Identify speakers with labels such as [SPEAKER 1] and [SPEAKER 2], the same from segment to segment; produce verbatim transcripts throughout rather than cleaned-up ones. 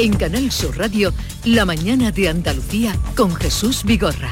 [SPEAKER 1] En Canal Sur Radio, La mañana de Andalucía con Jesús Vigorra.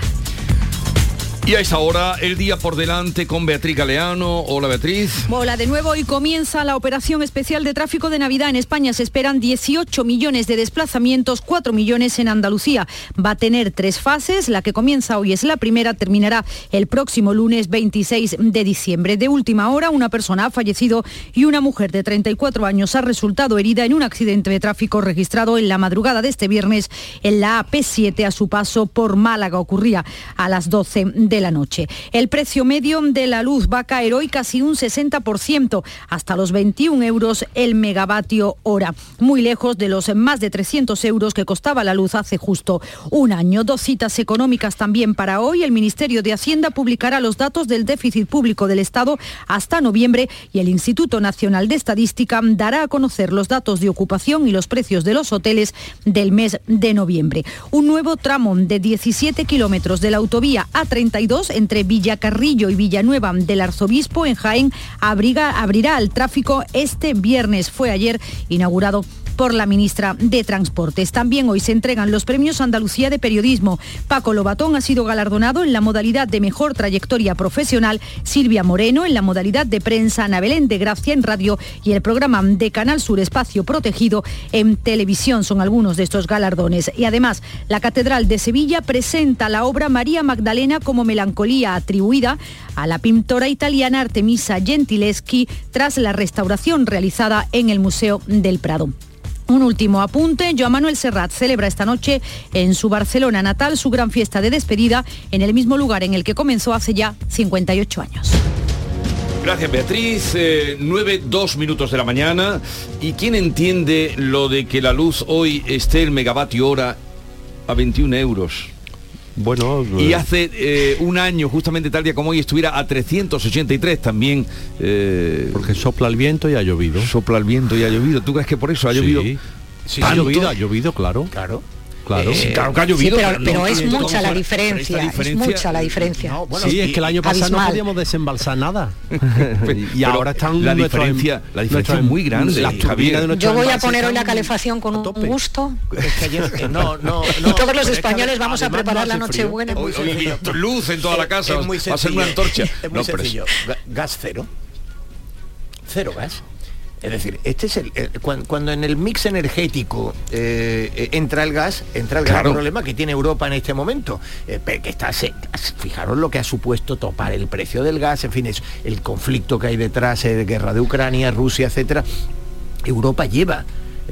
[SPEAKER 2] Y a esta hora, el día por delante con Beatriz Galeano. Hola, Beatriz.
[SPEAKER 3] Hola de nuevo, y comienza la operación especial de tráfico de Navidad. En España se esperan dieciocho millones de desplazamientos, cuatro millones en Andalucía. Va a tener tres fases. La que comienza hoy es la primera, terminará el próximo lunes veintiséis de diciembre. De última hora, una persona ha fallecido y una mujer de treinta y cuatro años ha resultado herida en un accidente de tráfico registrado en la madrugada de este viernes en la A P siete a su paso por Málaga. Ocurría a las doce de la noche. El precio medio de la luz va a caer hoy casi un sesenta por ciento, hasta los veintiún euros el megavatio hora, muy lejos de los más de trescientos euros que costaba la luz hace justo un año. Dos citas económicas también para hoy. El Ministerio de Hacienda publicará los datos del déficit público del Estado hasta noviembre y el Instituto Nacional de Estadística dará a conocer los datos de ocupación y los precios de los hoteles del mes de noviembre. Un nuevo tramo de diecisiete kilómetros de la autovía A treinta y dos entre Villacarrillo y Villanueva del Arzobispo en Jaén abriga, abrirá al tráfico este viernes. Fue ayer inaugurado por la ministra de Transportes. También hoy se entregan los premios Andalucía de Periodismo. Paco Lobatón ha sido galardonado en la modalidad de mejor trayectoria profesional, Silvia Moreno en la modalidad de prensa, Ana Belén de Gracia en radio y el programa de Canal Sur Espacio Protegido en televisión son algunos de estos galardones. Y además, la Catedral de Sevilla presenta la obra María Magdalena como melancolía, atribuida a la pintora italiana Artemisa Gentileschi tras la restauración realizada en el Museo del Prado. Un último apunte, Joan Manuel Serrat celebra esta noche en su Barcelona natal su gran fiesta de despedida en el mismo lugar en el que comenzó hace ya cincuenta y ocho años.
[SPEAKER 2] Gracias, Beatriz. Eh, nueve, dos minutos de la mañana. ¿Y quién entiende lo de que la luz hoy esté el megavatio hora a veintiún euros?
[SPEAKER 4] Bueno,
[SPEAKER 2] y hace eh, un año, justamente tal día como hoy, estuviera a trescientos ochenta y tres también. Eh,
[SPEAKER 4] porque sopla el viento y ha llovido.
[SPEAKER 2] Sopla el viento y ha llovido. ¿Tú crees que por eso ha llovido?
[SPEAKER 4] Sí, sí ha llovido, ha llovido, claro.
[SPEAKER 5] Claro.
[SPEAKER 4] Claro.
[SPEAKER 2] Eh, claro que ha llovido.
[SPEAKER 6] Sí, pero, pero
[SPEAKER 2] no,
[SPEAKER 6] es
[SPEAKER 2] no,
[SPEAKER 6] mucha
[SPEAKER 2] no,
[SPEAKER 6] la
[SPEAKER 2] no,
[SPEAKER 6] diferencia,
[SPEAKER 2] diferencia,
[SPEAKER 6] es mucha la diferencia.
[SPEAKER 4] No, bueno, sí, es que el año pasado
[SPEAKER 6] abismal.
[SPEAKER 4] no podíamos desembalsar nada. y
[SPEAKER 2] pero
[SPEAKER 4] ahora están
[SPEAKER 2] la
[SPEAKER 4] nuestros,
[SPEAKER 2] diferencia, la diferencia es muy grande.
[SPEAKER 4] Las turbinas de nuestros
[SPEAKER 6] Yo voy a
[SPEAKER 4] embalses
[SPEAKER 6] poner hoy la
[SPEAKER 4] están
[SPEAKER 6] calefacción con un gusto.
[SPEAKER 5] Es que ayer, no, no, no,
[SPEAKER 6] y todos los
[SPEAKER 5] es que
[SPEAKER 6] españoles vamos a
[SPEAKER 5] además
[SPEAKER 6] preparar
[SPEAKER 5] no
[SPEAKER 6] la
[SPEAKER 5] hace frío.
[SPEAKER 6] Nochebuena.
[SPEAKER 2] Hoy, hoy, luz en toda la casa,
[SPEAKER 5] es muy
[SPEAKER 2] va a ser una antorcha.
[SPEAKER 5] Es muy
[SPEAKER 2] no,
[SPEAKER 5] sencillo.
[SPEAKER 2] Pero es...
[SPEAKER 5] Gas cero. Cero gas. Es decir, este es el, el cuando, cuando en el mix energético eh, entra el gas, entra el
[SPEAKER 2] claro.
[SPEAKER 5] gran problema que tiene Europa en este momento, eh, que está, se, fijaros lo que ha supuesto topar el precio del gas, en fin, es el conflicto que hay detrás, eh, de guerra de Ucrania, Rusia, etcétera. Europa lleva el,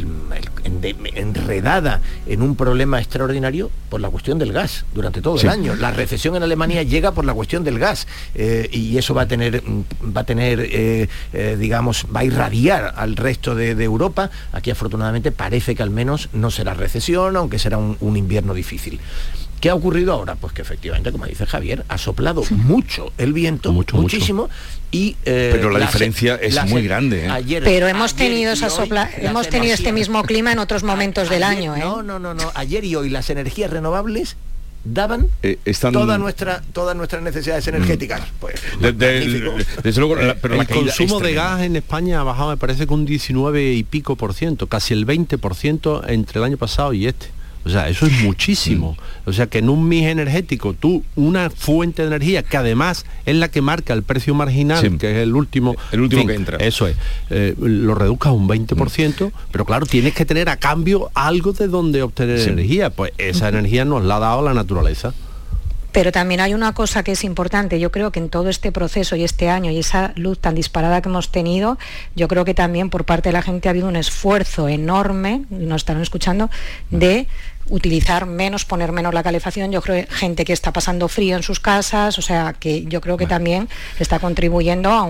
[SPEAKER 5] el, enredada en un problema extraordinario por la cuestión del gas durante todo sí. el año. La recesión en Alemania llega por la cuestión del gas eh, y eso va a tener, va a tener eh, eh, digamos, va a irradiar al resto de, de Europa. Aquí afortunadamente parece que al menos no será recesión, aunque será un, un invierno difícil. ¿Qué ha ocurrido ahora? Pues que efectivamente, como dice Javier, ha soplado sí. mucho el viento, mucho, muchísimo, mucho. y eh,
[SPEAKER 2] pero la, la diferencia se, es la muy se, grande. ¿eh?
[SPEAKER 6] Ayer, pero hemos tenido esa sopla, hemos tenido este mismo clima en otros momentos
[SPEAKER 5] ayer,
[SPEAKER 6] del año. ¿eh?
[SPEAKER 5] No, no, no, no. Ayer y hoy las energías renovables daban eh, están... toda nuestra, todas nuestras necesidades energéticas. Mm. Pues,
[SPEAKER 2] de, de, desde luego, la, pero
[SPEAKER 4] el
[SPEAKER 2] la
[SPEAKER 4] consumo de gas en España ha bajado, me parece que un diecinueve y pico por ciento, casi el veinte por ciento entre el año pasado y este. O sea, eso es muchísimo. O sea, que en un mix energético, tú, una fuente de energía que además es la que marca el precio marginal, sí. que es el último...
[SPEAKER 2] El último
[SPEAKER 4] fin,
[SPEAKER 2] que entra.
[SPEAKER 4] Eso es. Eh, lo reduzcas a un veinte por ciento, mm. pero claro, tienes que tener a cambio algo de donde obtener sí. energía. Pues esa energía nos la ha dado la naturaleza.
[SPEAKER 6] Pero también hay una cosa que es importante, yo creo que en todo este proceso y este año y esa luz tan disparada que hemos tenido, yo creo que también por parte de la gente ha habido un esfuerzo enorme, nos estarán escuchando, de utilizar menos, poner menos la calefacción. Yo creo que gente que está pasando frío en sus casas, o sea que yo creo que bueno. también está contribuyendo a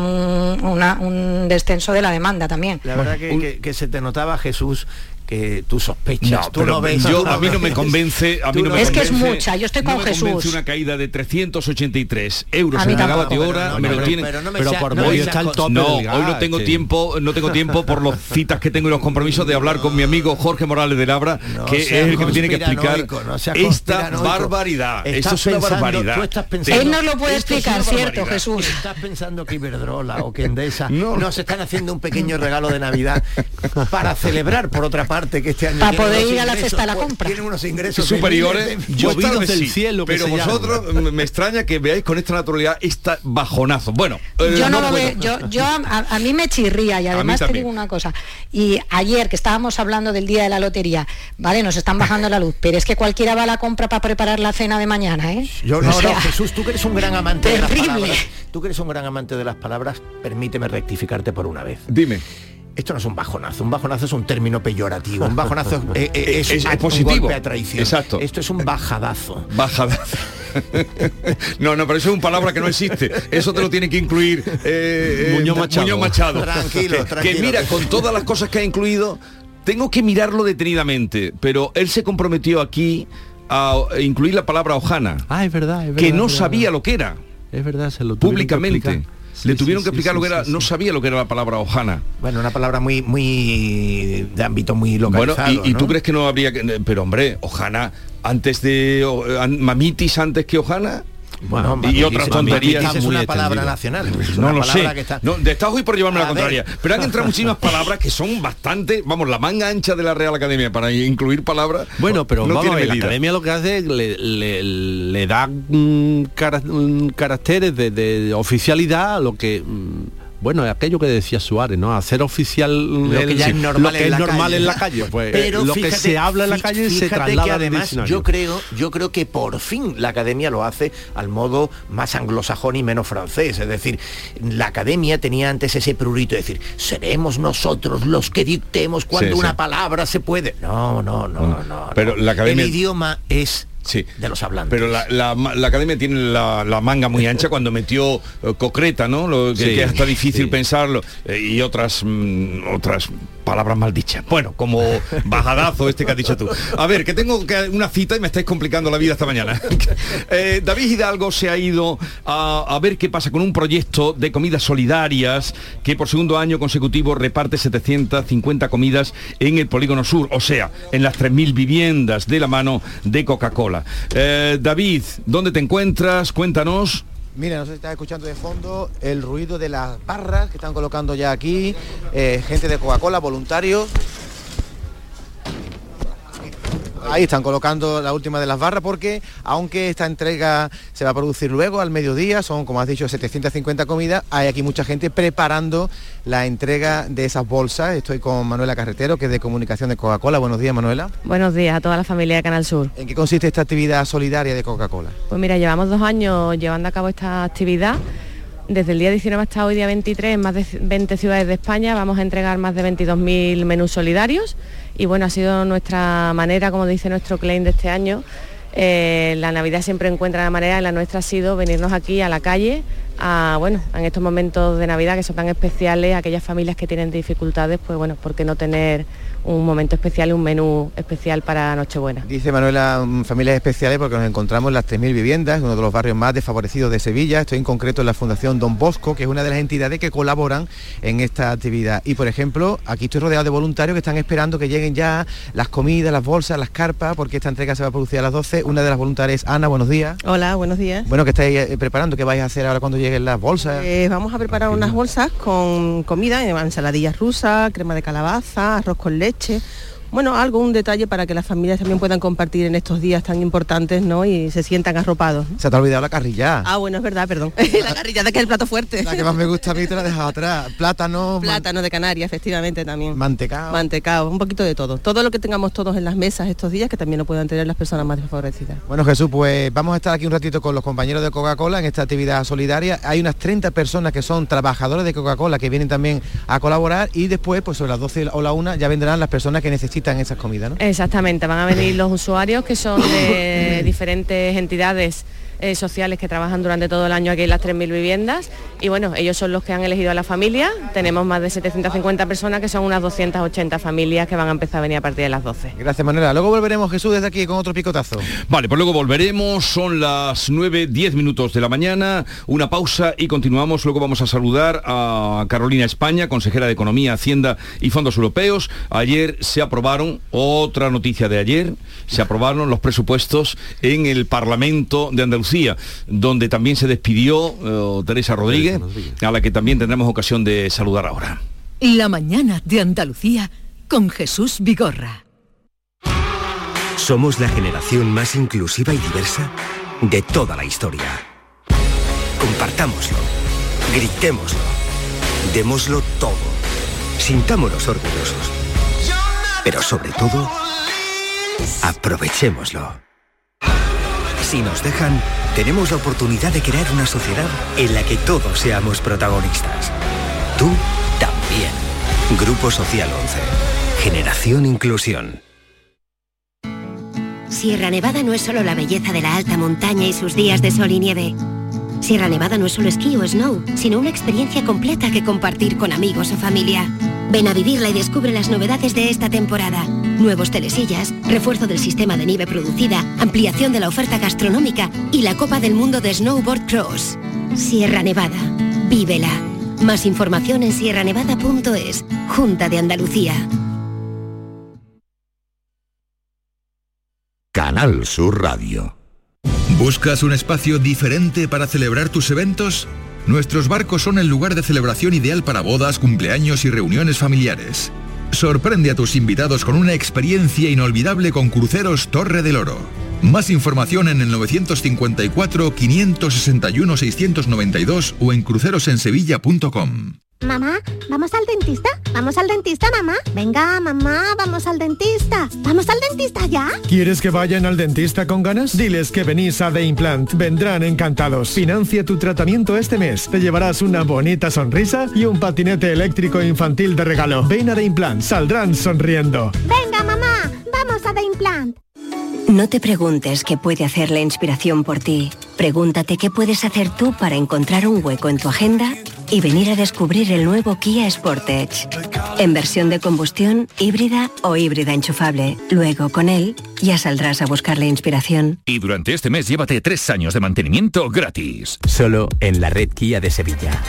[SPEAKER 6] un, una, un descenso de la demanda también.
[SPEAKER 5] La verdad que, que, que se te notaba, Jesús, que tú sospechas,
[SPEAKER 2] no,
[SPEAKER 5] tú no ves.
[SPEAKER 2] Yo, a mí no me convence, a mí no me
[SPEAKER 6] es
[SPEAKER 2] convence,
[SPEAKER 6] que es mucha, yo estoy con
[SPEAKER 2] no me
[SPEAKER 6] Jesús.
[SPEAKER 2] Convence una caída de trescientos ochenta y tres euros en megavatio hora,
[SPEAKER 5] no, no,
[SPEAKER 2] me lo
[SPEAKER 5] pero,
[SPEAKER 2] tiene.
[SPEAKER 5] Pero, no me
[SPEAKER 4] pero
[SPEAKER 5] sea,
[SPEAKER 4] por
[SPEAKER 5] no
[SPEAKER 4] hoy está el tope
[SPEAKER 2] No,
[SPEAKER 4] del gas,
[SPEAKER 2] hoy no tengo
[SPEAKER 4] sí.
[SPEAKER 2] tiempo, no tengo tiempo por las citas que tengo y los compromisos de hablar con mi amigo Jorge Morales de Labra,
[SPEAKER 5] no
[SPEAKER 2] que es el que me tiene que explicar
[SPEAKER 5] no
[SPEAKER 2] esta barbaridad. Esto es una
[SPEAKER 5] pensando,
[SPEAKER 2] barbaridad.
[SPEAKER 5] Tú estás pensando,
[SPEAKER 6] él nos lo puede explicar, ¿cierto, Jesús?
[SPEAKER 5] Estás pensando que Iberdrola o que Endesa no. nos están haciendo un pequeño regalo de Navidad para celebrar, por otra parte, informarte que este año
[SPEAKER 6] para
[SPEAKER 5] tienen
[SPEAKER 6] poder
[SPEAKER 5] unos
[SPEAKER 6] ir a la
[SPEAKER 5] ingresos,
[SPEAKER 6] cesta de la
[SPEAKER 5] pues,
[SPEAKER 6] compra.
[SPEAKER 5] tienen unos ingresos
[SPEAKER 2] superiores,
[SPEAKER 5] de-
[SPEAKER 2] yo
[SPEAKER 4] Llovidos
[SPEAKER 2] tal vez
[SPEAKER 4] del
[SPEAKER 2] sí,
[SPEAKER 4] cielo, que
[SPEAKER 2] pero
[SPEAKER 4] se llama.
[SPEAKER 2] vosotros me me extraña que veáis con esta naturalidad esta bajonazo. Bueno, eh,
[SPEAKER 6] Yo no,
[SPEAKER 2] no
[SPEAKER 6] lo
[SPEAKER 2] puedo.
[SPEAKER 6] veo, yo, yo a, a mí me chirría y además te
[SPEAKER 2] también.
[SPEAKER 6] digo una cosa. Y ayer que estábamos hablando del día de la lotería, vale, nos están bajando la luz, pero es que cualquiera va a la compra para preparar la cena de mañana, ¿eh?
[SPEAKER 5] Yo no,
[SPEAKER 6] O sea,
[SPEAKER 5] no, Jesús, tú que eres un gran amante de
[SPEAKER 6] terrible.
[SPEAKER 5] las palabras, tú que eres un gran amante de las palabras, permíteme rectificarte por una vez.
[SPEAKER 2] Dime.
[SPEAKER 5] Esto no es un bajonazo, un bajonazo es un término peyorativo, un bajonazo es, eh, eh, es
[SPEAKER 2] Es-
[SPEAKER 5] un,
[SPEAKER 2] es positivo.
[SPEAKER 5] un golpe a traición.
[SPEAKER 2] Exacto.
[SPEAKER 5] Esto es un bajadazo.
[SPEAKER 2] Bajadazo. No, no, pero eso es una palabra que no existe. Eso te lo tiene que incluir eh, eh,
[SPEAKER 4] Muñoz Machado.
[SPEAKER 2] Muñoz Machado.
[SPEAKER 5] Tranquilo,
[SPEAKER 2] Que-
[SPEAKER 5] tranquilo.
[SPEAKER 2] Que mira, con todas las cosas que ha incluido, tengo que mirarlo detenidamente, pero él se comprometió aquí a incluir la palabra hojana,
[SPEAKER 4] Ah, es verdad, es verdad.
[SPEAKER 2] que no
[SPEAKER 4] es verdad.
[SPEAKER 2] sabía lo que era,
[SPEAKER 4] Es verdad, se lo tuvieron que
[SPEAKER 2] públicamente.
[SPEAKER 4] explicar.
[SPEAKER 2] Le
[SPEAKER 4] Sí,
[SPEAKER 2] tuvieron
[SPEAKER 4] sí,
[SPEAKER 2] que explicar
[SPEAKER 4] sí,
[SPEAKER 2] lo que
[SPEAKER 4] sí,
[SPEAKER 2] era,
[SPEAKER 4] sí,
[SPEAKER 2] no
[SPEAKER 4] sí.
[SPEAKER 2] sabía lo que era la palabra hojana.
[SPEAKER 5] Bueno, una palabra muy muy de ámbito muy
[SPEAKER 2] Bueno,
[SPEAKER 5] localizado.
[SPEAKER 2] y, y
[SPEAKER 5] ¿no?
[SPEAKER 2] tú crees que no habría que... Pero hombre, hojana, antes de... o- an- mamitis antes que hojana...
[SPEAKER 5] Bueno,
[SPEAKER 2] y
[SPEAKER 5] mamitis,
[SPEAKER 2] otras
[SPEAKER 5] mamitis
[SPEAKER 2] tonterías.
[SPEAKER 5] es
[SPEAKER 4] muy
[SPEAKER 5] una palabra
[SPEAKER 4] extendido.
[SPEAKER 5] nacional. Es
[SPEAKER 2] No
[SPEAKER 5] una
[SPEAKER 2] lo
[SPEAKER 5] palabra
[SPEAKER 2] sé.
[SPEAKER 5] que está-
[SPEAKER 2] No, de estás hoy por llevarme la
[SPEAKER 5] A ver.
[SPEAKER 2] contraria. Pero han entrado muchísimas palabras que son bastante, vamos, la manga ancha de la Real Academia para incluir palabras.
[SPEAKER 4] Bueno, pero
[SPEAKER 2] no
[SPEAKER 4] vamos
[SPEAKER 2] tiene
[SPEAKER 4] a ver, la
[SPEAKER 2] medida.
[SPEAKER 4] academia lo que hace es le, le, le da mm, cara- mm, caracteres de, de oficialidad a lo que... mm, bueno, es aquello que decía Suárez, ¿no? Hacer oficial
[SPEAKER 5] Lo que ya es normal
[SPEAKER 4] lo que
[SPEAKER 5] en
[SPEAKER 4] es
[SPEAKER 5] la
[SPEAKER 4] normal
[SPEAKER 5] calle.
[SPEAKER 4] en la calle. Pues
[SPEAKER 5] Pero
[SPEAKER 4] lo que
[SPEAKER 5] fíjate-
[SPEAKER 4] se habla en la
[SPEAKER 5] fí-
[SPEAKER 4] calle se
[SPEAKER 5] fíjate
[SPEAKER 4] traslada
[SPEAKER 5] que
[SPEAKER 4] al
[SPEAKER 5] además
[SPEAKER 4] diccionario.
[SPEAKER 5] yo creo yo creo que por fin la academia lo hace al modo más anglosajón y menos francés. Es decir, la academia tenía antes ese prurito de decir, seremos nosotros los que dictemos cuando
[SPEAKER 2] Sí,
[SPEAKER 5] una
[SPEAKER 2] sí.
[SPEAKER 5] palabra se puede. No, no, no,
[SPEAKER 2] No.
[SPEAKER 5] no.
[SPEAKER 2] Pero
[SPEAKER 5] no.
[SPEAKER 2] la academia-
[SPEAKER 5] El idioma es
[SPEAKER 2] Sí.
[SPEAKER 5] de los hablantes.
[SPEAKER 2] Pero la, la- la academia tiene la, la manga muy ancha cuando metió eh, concreta, ¿no? Lo que,
[SPEAKER 4] Sí,
[SPEAKER 2] que es hasta difícil
[SPEAKER 4] sí.
[SPEAKER 2] pensarlo. eh, y otras mm, otras palabras mal dichas. Bueno, como bajadazo este que has dicho tú. A ver, que tengo que una cita y me estáis complicando la vida esta mañana. Eh, David Hidalgo se ha ido a, a ver qué pasa con un proyecto de comidas solidarias que por segundo año consecutivo reparte setecientas cincuenta comidas en el Polígono Sur, o sea, en las tres mil viviendas de la mano de Coca-Cola. Eh, David, ¿dónde te encuentras? Cuéntanos.
[SPEAKER 7] Mira, no sé si estás escuchando de fondo el ruido de las barras que están colocando ya aquí, eh, gente de Coca-Cola, voluntarios. Ahí están colocando la última de las barras porque, aunque esta entrega se va a producir luego al mediodía, son, como has dicho, setecientas cincuenta comidas, hay aquí mucha gente preparando la entrega de esas bolsas. Estoy con Manuela Carretero, que es de comunicación de Coca-Cola. Buenos días, Manuela.
[SPEAKER 8] Buenos días a toda la familia de Canal Sur.
[SPEAKER 7] ¿En qué consiste esta actividad solidaria de Coca-Cola?
[SPEAKER 8] Pues mira, llevamos dos años llevando a cabo esta actividad. Desde el día diecinueve hasta hoy, día veintitrés, en más de veinte ciudades de España vamos a entregar más de veintidós mil menús solidarios y bueno, ha sido nuestra manera, como dice nuestro claim de este año. Eh, la Navidad siempre encuentra la manera, y la nuestra ha sido venirnos aquí a la calle, a, bueno, en estos momentos de Navidad que son tan especiales, aquellas familias que tienen dificultades, pues bueno, ¿por qué no tener un momento especial y un menú especial para Nochebuena?
[SPEAKER 7] Dice Manuela, mm, familias especiales porque nos encontramos en las tres mil viviendas, uno de los barrios más desfavorecidos de Sevilla. Estoy en concreto en la Fundación Don Bosco, que es una de las entidades que colaboran en esta actividad. Y por ejemplo, aquí estoy rodeado de voluntarios que están esperando que lleguen ya las comidas, las bolsas, las carpas, porque esta entrega se va a producir a las doce. Una de las voluntarias es Ana, buenos días.
[SPEAKER 9] Hola, buenos días.
[SPEAKER 7] Bueno, ¿qué estáis eh, preparando? ¿Qué vais a hacer ahora cuando lleguen las bolsas?
[SPEAKER 9] Eh, vamos a preparar unas bolsas con comida, eh, ensaladillas rusas, crema de calabaza, arroz con leche. Bueno, algo, un detalle para que las familias también puedan compartir en estos días tan importantes, ¿no? Y se sientan arropados, ¿no?
[SPEAKER 7] Se te ha olvidado la carrilla.
[SPEAKER 9] Ah, bueno, es verdad, perdón. La carrillada, que es el plato fuerte.
[SPEAKER 7] La que más me gusta a mí te la he dejado atrás. Plátano, man-
[SPEAKER 9] Plátano de Canarias, efectivamente, también.
[SPEAKER 7] mantecao.
[SPEAKER 9] Mantecao, un poquito de todo. Todo lo que tengamos todos en las mesas estos días, que también lo puedan tener las personas más desfavorecidas.
[SPEAKER 7] Bueno, Jesús, pues vamos a estar aquí un ratito con los compañeros de Coca-Cola en esta actividad solidaria. Hay unas treinta personas que son trabajadores de Coca-Cola que vienen también a colaborar y después, pues sobre las doce o la una, ya vendrán las personas que necesitan esas comidas, ¿no?
[SPEAKER 8] Exactamente, van a venir los usuarios que son de diferentes entidades eh, sociales que trabajan durante todo el año aquí en las tres mil viviendas y bueno, ellos son los que han elegido a la familia. Tenemos más de setecientas cincuenta personas que son unas doscientas ochenta familias que van a empezar a venir a partir de las doce.
[SPEAKER 7] Gracias, Manuela. Luego volveremos, Jesús, desde aquí con otro picotazo.
[SPEAKER 2] Vale, pues luego volveremos, son las nueve, diez minutos de la mañana, una pausa y continuamos. Luego vamos a saludar a Carolina España, consejera de Economía, Hacienda y Fondos Europeos. Ayer se aprobaron, otra noticia de ayer, se aprobaron los presupuestos en el Parlamento de Andalucía, donde también se despidió eh, Teresa Rodríguez,
[SPEAKER 4] Teresa Rodríguez,
[SPEAKER 2] a la que también tendremos ocasión de saludar ahora.
[SPEAKER 1] La mañana de Andalucía con Jesús Vigorra.
[SPEAKER 10] Somos la generación más inclusiva y diversa de toda la historia. Compartámoslo, gritémoslo, démoslo todo, sintámonos orgullosos. Pero sobre todo, aprovechémoslo. Si nos dejan, tenemos la oportunidad de crear una sociedad en la que todos seamos protagonistas. Tú también. Grupo Social once. Generación Inclusión.
[SPEAKER 11] Sierra Nevada no es solo la belleza de la alta montaña y sus días de sol y nieve. Sierra Nevada no es solo esquí o snow, sino una experiencia completa que compartir con amigos o familia. Ven a vivirla y descubre las novedades de esta temporada. Nuevos telesillas, refuerzo del sistema de nieve producida, ampliación de la oferta gastronómica y la Copa del Mundo de Snowboard Cross. Sierra Nevada. Vívela. Más información en sierra nevada punto es. Junta de Andalucía.
[SPEAKER 12] Canal Sur Radio. ¿Buscas un espacio diferente para celebrar tus eventos? Nuestros barcos son el lugar de celebración ideal para bodas, cumpleaños y reuniones familiares. Sorprende a tus invitados con una experiencia inolvidable con Cruceros Torre del Oro. Más información en el novecientos cincuenta y cuatro, quinientos sesenta y uno, seiscientos noventa y dos o en crucerosensevilla punto com.
[SPEAKER 13] Mamá, ¿vamos al dentista? ¿Vamos al dentista, mamá? Venga, mamá, vamos al dentista. ¿Vamos al dentista ya?
[SPEAKER 14] ¿Quieres que vayan al dentista con ganas? Diles que venís a The Implant. Vendrán encantados. Financia tu tratamiento este mes. Te llevarás una bonita sonrisa y un patinete eléctrico infantil de regalo. Ven a The Implant. Saldrán sonriendo.
[SPEAKER 13] Venga, mamá, vamos a The Implant.
[SPEAKER 11] No te preguntes qué puede hacer la inspiración por ti. Pregúntate qué puedes hacer tú para encontrar un hueco en tu agenda y venir a descubrir el nuevo Kia Sportage. En versión de combustión, híbrida o híbrida enchufable. Luego, con él, ya saldrás a buscar la inspiración.
[SPEAKER 15] Y durante este mes llévate tres años de mantenimiento gratis.
[SPEAKER 16] Solo en la red Kia de Sevilla.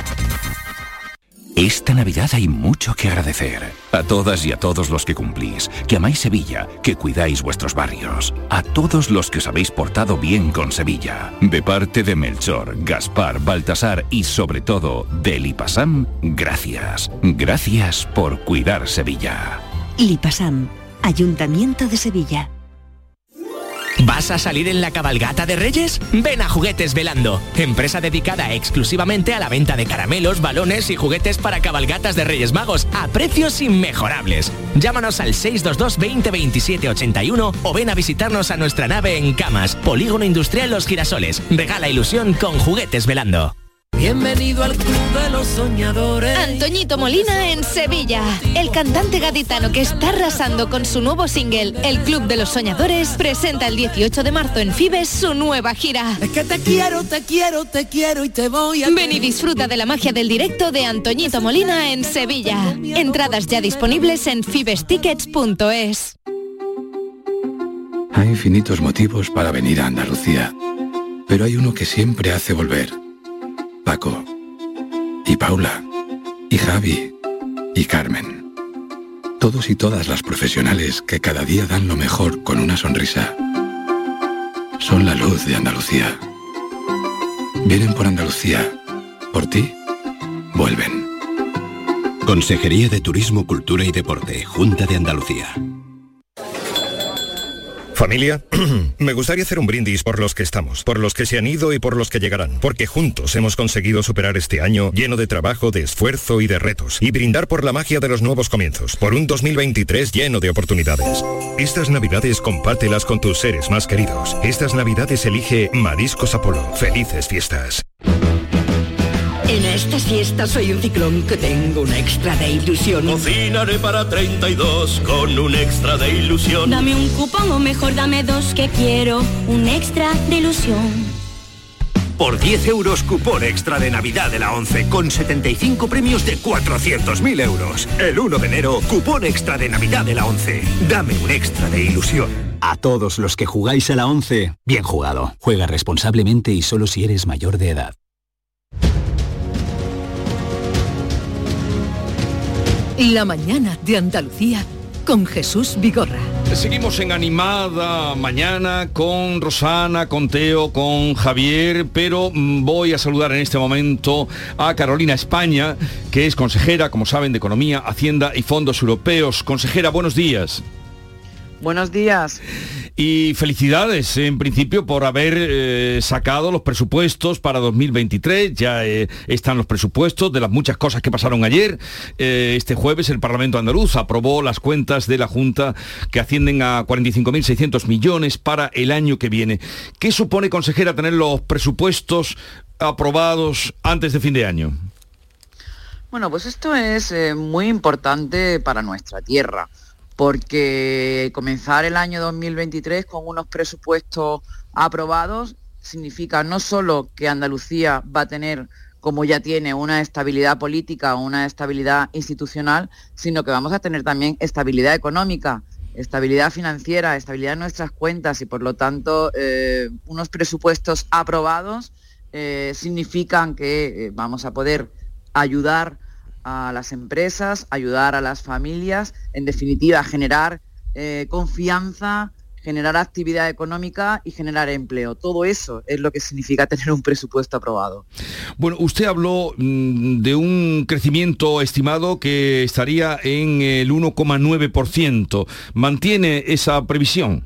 [SPEAKER 15] Esta Navidad hay mucho que agradecer. A todas y a todos los que cumplís, que amáis Sevilla, que cuidáis vuestros barrios. A todos los que os habéis portado bien con Sevilla. De parte de Melchor, Gaspar, Baltasar y sobre todo de Lipasam, gracias. Gracias por cuidar Sevilla.
[SPEAKER 17] Lipasam, Ayuntamiento de Sevilla.
[SPEAKER 18] ¿Vas a salir en la cabalgata de Reyes? Ven a Juguetes Velando, empresa dedicada exclusivamente a la venta de caramelos, balones y juguetes para cabalgatas de Reyes Magos a precios inmejorables. Llámanos al seis dos dos, veinte, veintisiete, ochenta y uno o ven a visitarnos a nuestra nave en Camas, Polígono Industrial Los Girasoles. Regala ilusión con Juguetes Velando.
[SPEAKER 19] Bienvenido al Club de los Soñadores.
[SPEAKER 20] Antoñito Molina en Sevilla. El cantante gaditano que está arrasando con su nuevo single, El Club de los Soñadores, presenta el dieciocho de marzo en Fibes su nueva gira.
[SPEAKER 19] Es que te quiero, te quiero, te quiero y te voy a...
[SPEAKER 20] Ven y disfruta de la magia del directo de Antoñito Molina en Sevilla. Entradas ya disponibles en fibes tickets punto es.
[SPEAKER 21] Hay infinitos motivos para venir a Andalucía, pero hay uno que siempre hace volver. Paco, y Paula, y Javi, y Carmen. Todos y todas las profesionales que cada día dan lo mejor con una sonrisa. Son la luz de Andalucía. Vienen por Andalucía. Por ti, vuelven.
[SPEAKER 22] Consejería de Turismo, Cultura y Deporte, Junta de Andalucía.
[SPEAKER 23] Familia, me gustaría hacer un brindis por los que estamos, por los que se han ido y por los que llegarán, porque juntos hemos conseguido superar este año lleno de trabajo, de esfuerzo y de retos, y brindar por la magia de los nuevos comienzos, por un dos mil veintitrés lleno de oportunidades. Estas Navidades compártelas con tus seres más queridos. Estas Navidades elige Mariscos Apolo. Felices fiestas.
[SPEAKER 24] En estas fiestas soy un ciclón que tengo un extra de ilusión.
[SPEAKER 25] Cocinaré para treinta y dos con un extra de ilusión.
[SPEAKER 26] Dame un cupón o mejor dame dos que quiero un extra de ilusión.
[SPEAKER 22] Por diez euros cupón extra de Navidad de la once con setenta y cinco premios de cuatrocientos mil euros. El uno de enero, cupón extra de Navidad de la once. Dame un extra de ilusión.
[SPEAKER 27] A todos los que jugáis a la once, bien jugado. Juega responsablemente y solo si eres mayor de edad.
[SPEAKER 1] La mañana de Andalucía con Jesús Vigorra.
[SPEAKER 2] Seguimos en Animada Mañana con Rosana, con Teo, con Javier, pero voy a saludar en este momento a Carolina España, que es consejera, como saben, de Economía, Hacienda y Fondos Europeos. Consejera, buenos días.
[SPEAKER 3] Buenos días.
[SPEAKER 2] Y felicidades, en principio, por haber eh, sacado los presupuestos para dos mil veintitrés. Ya eh, están los presupuestos de las muchas cosas que pasaron ayer. Eh, este jueves el Parlamento andaluz aprobó las cuentas de la Junta, que ascienden a cuarenta y cinco mil seiscientos millones para el año que viene. ¿Qué supone, consejera, tener los presupuestos aprobados antes de fin de año?
[SPEAKER 3] Bueno, pues esto es eh, muy importante para nuestra tierra, porque comenzar el año dos mil veintitrés con unos presupuestos aprobados significa no solo que Andalucía va a tener, como ya tiene, una estabilidad política, una estabilidad institucional, sino que vamos a tener también estabilidad económica, estabilidad financiera, estabilidad en nuestras cuentas y, por lo tanto, eh, unos presupuestos aprobados eh, significan que eh, vamos a poder ayudar a las empresas, ayudar a las familias, en definitiva generar eh, confianza, generar actividad económica y generar empleo. Todo eso es lo que significa tener un presupuesto aprobado.
[SPEAKER 2] Bueno, usted habló mmm, de un crecimiento estimado que estaría en el uno coma nueve por ciento. ¿Mantiene esa previsión?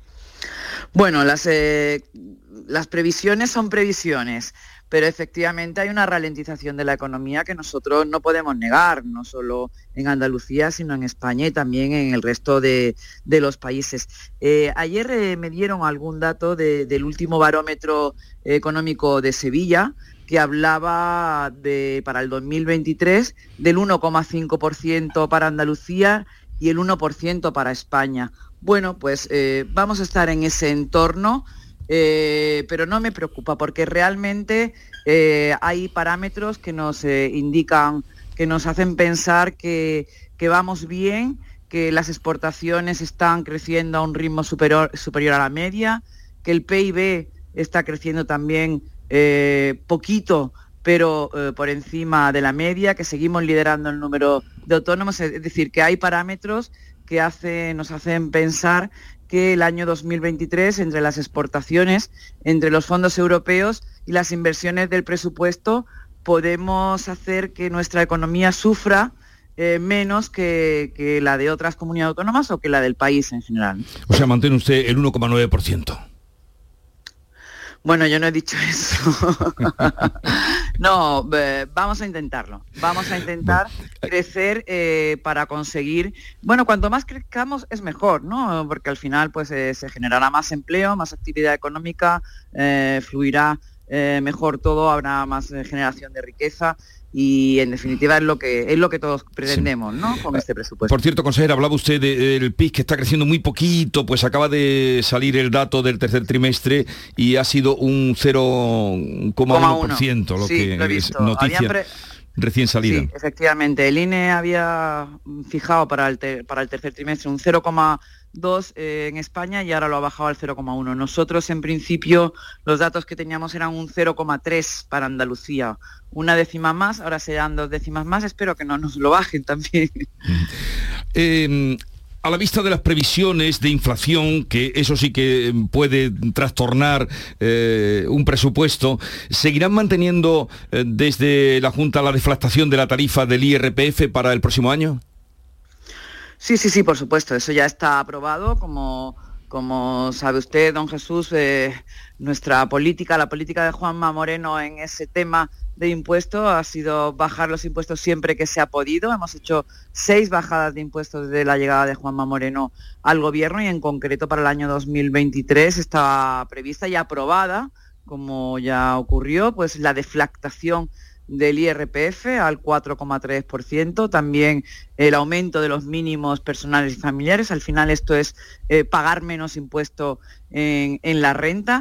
[SPEAKER 3] Bueno, las, eh, las previsiones son previsiones, pero efectivamente hay una ralentización de la economía que nosotros no podemos negar, no solo en Andalucía, sino en España y también en el resto de, de los países. Eh, ayer eh, me dieron algún dato de, del último barómetro económico de Sevilla, que hablaba de, para el dos mil veintitrés del uno coma cinco por ciento para Andalucía y el uno por ciento para España. Bueno, pues eh, vamos a estar en ese entorno. Eh, pero no me preocupa porque realmente eh, hay parámetros que nos eh, indican, que nos hacen pensar que, que vamos bien, que las exportaciones están creciendo a un ritmo superior, superior a la media, que el P I B está creciendo también eh, poquito, pero eh, por encima de la media, que seguimos liderando el número de autónomos, es decir, que hay parámetros que hace, nos hacen pensar que el año dos mil veintitrés, entre las exportaciones, entre los fondos europeos y las inversiones del presupuesto, podemos hacer que nuestra economía sufra eh, menos que, que la de otras comunidades autónomas o que la del país en general.
[SPEAKER 2] O sea, mantiene usted el uno coma nueve por ciento.
[SPEAKER 3] Bueno, yo no he dicho eso. No, eh, vamos a intentarlo. Vamos a intentar crecer eh, para conseguir... Bueno, cuanto más crezcamos es mejor, ¿no? Porque al final pues eh, se generará más empleo, más actividad económica, eh, fluirá eh, mejor todo, habrá más eh, generación de riqueza y en definitiva es lo que es lo que todos pretendemos, sí, ¿no? Con este presupuesto.
[SPEAKER 2] Por cierto, consejera, hablaba usted de, del P I B que está creciendo muy poquito, pues acaba de salir el dato del tercer trimestre y ha sido un cero coma uno por ciento, lo
[SPEAKER 3] sí,
[SPEAKER 2] que
[SPEAKER 3] lo
[SPEAKER 2] es noticia pre... recién salida.
[SPEAKER 3] Sí, efectivamente, el I N E había fijado para el, ter... para el tercer trimestre un cero coma dos eh, en España y ahora lo ha bajado al cero coma uno. Nosotros, en principio, los datos que teníamos eran un cero coma tres para Andalucía. Una décima más, ahora serán dos décimas más. Espero que no nos lo bajen también.
[SPEAKER 2] Eh, a la vista de las previsiones de inflación, que eso sí que puede trastornar eh, un presupuesto, ¿seguirán manteniendo eh, desde la Junta la deflactación de la tarifa del I R P F para el próximo año?
[SPEAKER 3] Sí, sí, sí, por supuesto, eso ya está aprobado, como, como sabe usted, don Jesús, eh, nuestra política, la política de Juanma Moreno en ese tema de impuestos ha sido bajar los impuestos siempre que se ha podido. Hemos hecho seis bajadas de impuestos desde la llegada de Juanma Moreno al gobierno y en concreto para el año dos mil veintitrés está prevista y aprobada, como ya ocurrió, pues la deflactación del I R P F al cuatro coma tres por ciento, también el aumento de los mínimos personales y familiares. Al final esto es eh, pagar menos impuesto en, en la renta,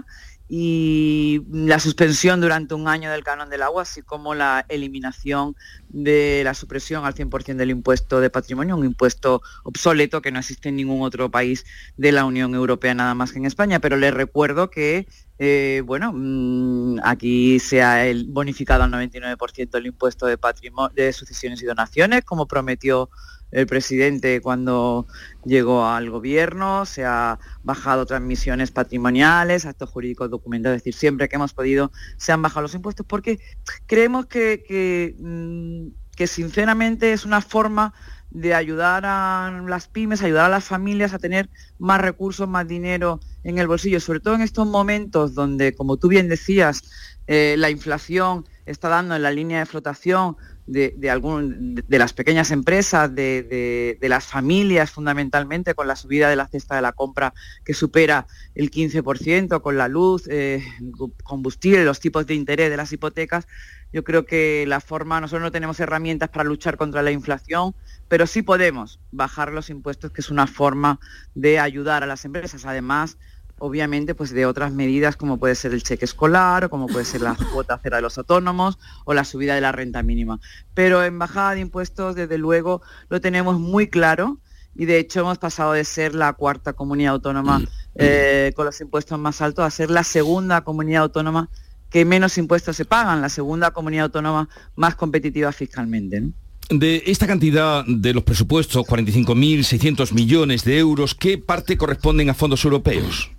[SPEAKER 3] y la suspensión durante un año del canon del agua, así como la eliminación de la supresión al cien por ciento del impuesto de patrimonio, un impuesto obsoleto que no existe en ningún otro país de la Unión Europea, nada más que en España. Pero les recuerdo que eh, bueno, mmm, aquí se ha bonificado al noventa y nueve por ciento el impuesto de patrimonio, de sucesiones y donaciones, como prometió el presidente cuando llegó al gobierno, se ha bajado transmisiones patrimoniales, actos jurídicos documentados, es decir, siempre que hemos podido se han bajado los impuestos porque creemos que, que, que sinceramente es una forma de ayudar a las pymes, ayudar a las familias a tener más recursos, más dinero en el bolsillo, sobre todo en estos momentos donde, como tú bien decías, eh, la inflación está dando en la línea de flotación de, de, algún, de, de las pequeñas empresas, de, de, de las familias fundamentalmente, con la subida de la cesta de la compra que supera el quince por ciento, con la luz, eh, combustible, los tipos de interés de las hipotecas. Yo creo que la forma, nosotros no tenemos herramientas para luchar contra la inflación, pero sí podemos bajar los impuestos, que es una forma de ayudar a las empresas. Además, obviamente, pues de otras medidas como puede ser el cheque escolar o como puede ser la cuota cero de los autónomos o la subida de la renta mínima. Pero en bajada de impuestos, desde luego, lo tenemos muy claro y de hecho hemos pasado de ser la cuarta comunidad autónoma eh, con los impuestos más altos a ser la segunda comunidad autónoma que menos impuestos se pagan, la segunda comunidad autónoma más competitiva fiscalmente, ¿no?
[SPEAKER 2] De esta cantidad de los presupuestos, cuarenta y cinco mil seiscientos millones de euros, ¿qué parte corresponden a fondos europeos?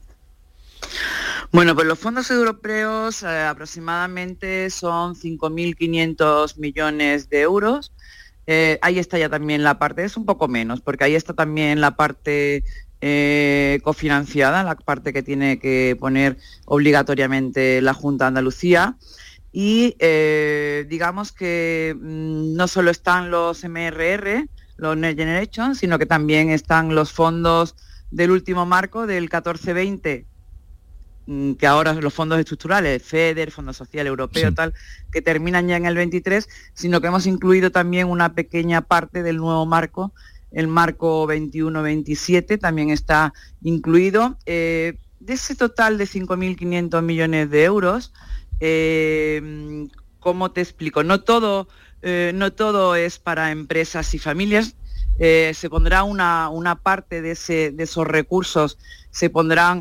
[SPEAKER 3] Bueno, pues los fondos europeos eh, aproximadamente son cinco mil quinientos millones de euros. Eh, ahí está ya también la parte, es un poco menos, porque ahí está también la parte eh, cofinanciada, la parte que tiene que poner obligatoriamente la Junta de Andalucía. Y eh, digamos que mmm, no solo están los M R R, los Next Generation, sino que también están los fondos del último marco, del catorce veinte, mmm, que ahora los fondos estructurales, FEDER, Fondo Social Europeo, sí, tal, que terminan ya en el veintitrés, sino que hemos incluido también una pequeña parte del nuevo marco, el marco veintiuno veintisiete, también está incluido. Eh, de ese total de cinco mil quinientos millones de euros, Eh, ¿cómo te explico? No todo, eh, no todo es para empresas y familias. Eh, se pondrá una, una parte de, ese, de esos recursos, se pondrán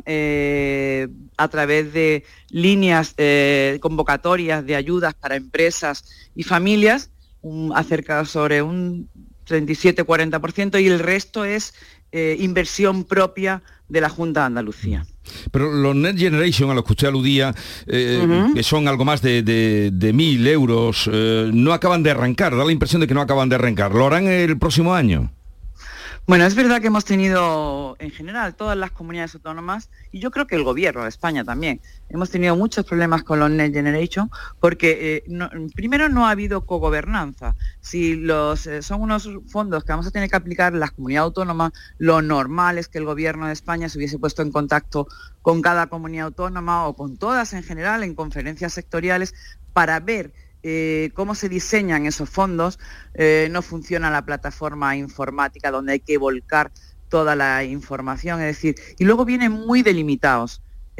[SPEAKER 3] eh, a través de líneas eh, convocatorias de ayudas para empresas y familias, un, acerca sobre un treinta y siete a cuarenta por ciento, y el resto es eh, inversión propia de la Junta de Andalucía.
[SPEAKER 2] Pero los Next Generation, a los que usted aludía, eh, uh-huh. que son algo más de, de, de mil euros, eh, no acaban de arrancar, da la impresión de que no acaban de arrancar. ¿Lo harán el próximo año?
[SPEAKER 3] Bueno, es verdad que hemos tenido, en general, todas las comunidades autónomas, y yo creo que el gobierno de España también, hemos tenido muchos problemas con los Next Generation, porque eh, no, primero no ha habido cogobernanza. Si los eh, son unos fondos que vamos a tener que aplicar las comunidades autónomas, lo normal es que el gobierno de España se hubiese puesto en contacto con cada comunidad autónoma o con todas en general, en conferencias sectoriales, para ver Eh, cómo se diseñan esos fondos. Eh, no funciona la plataforma informática donde hay que volcar toda la información, es decir, y luego vienen muy delimitados. Eh,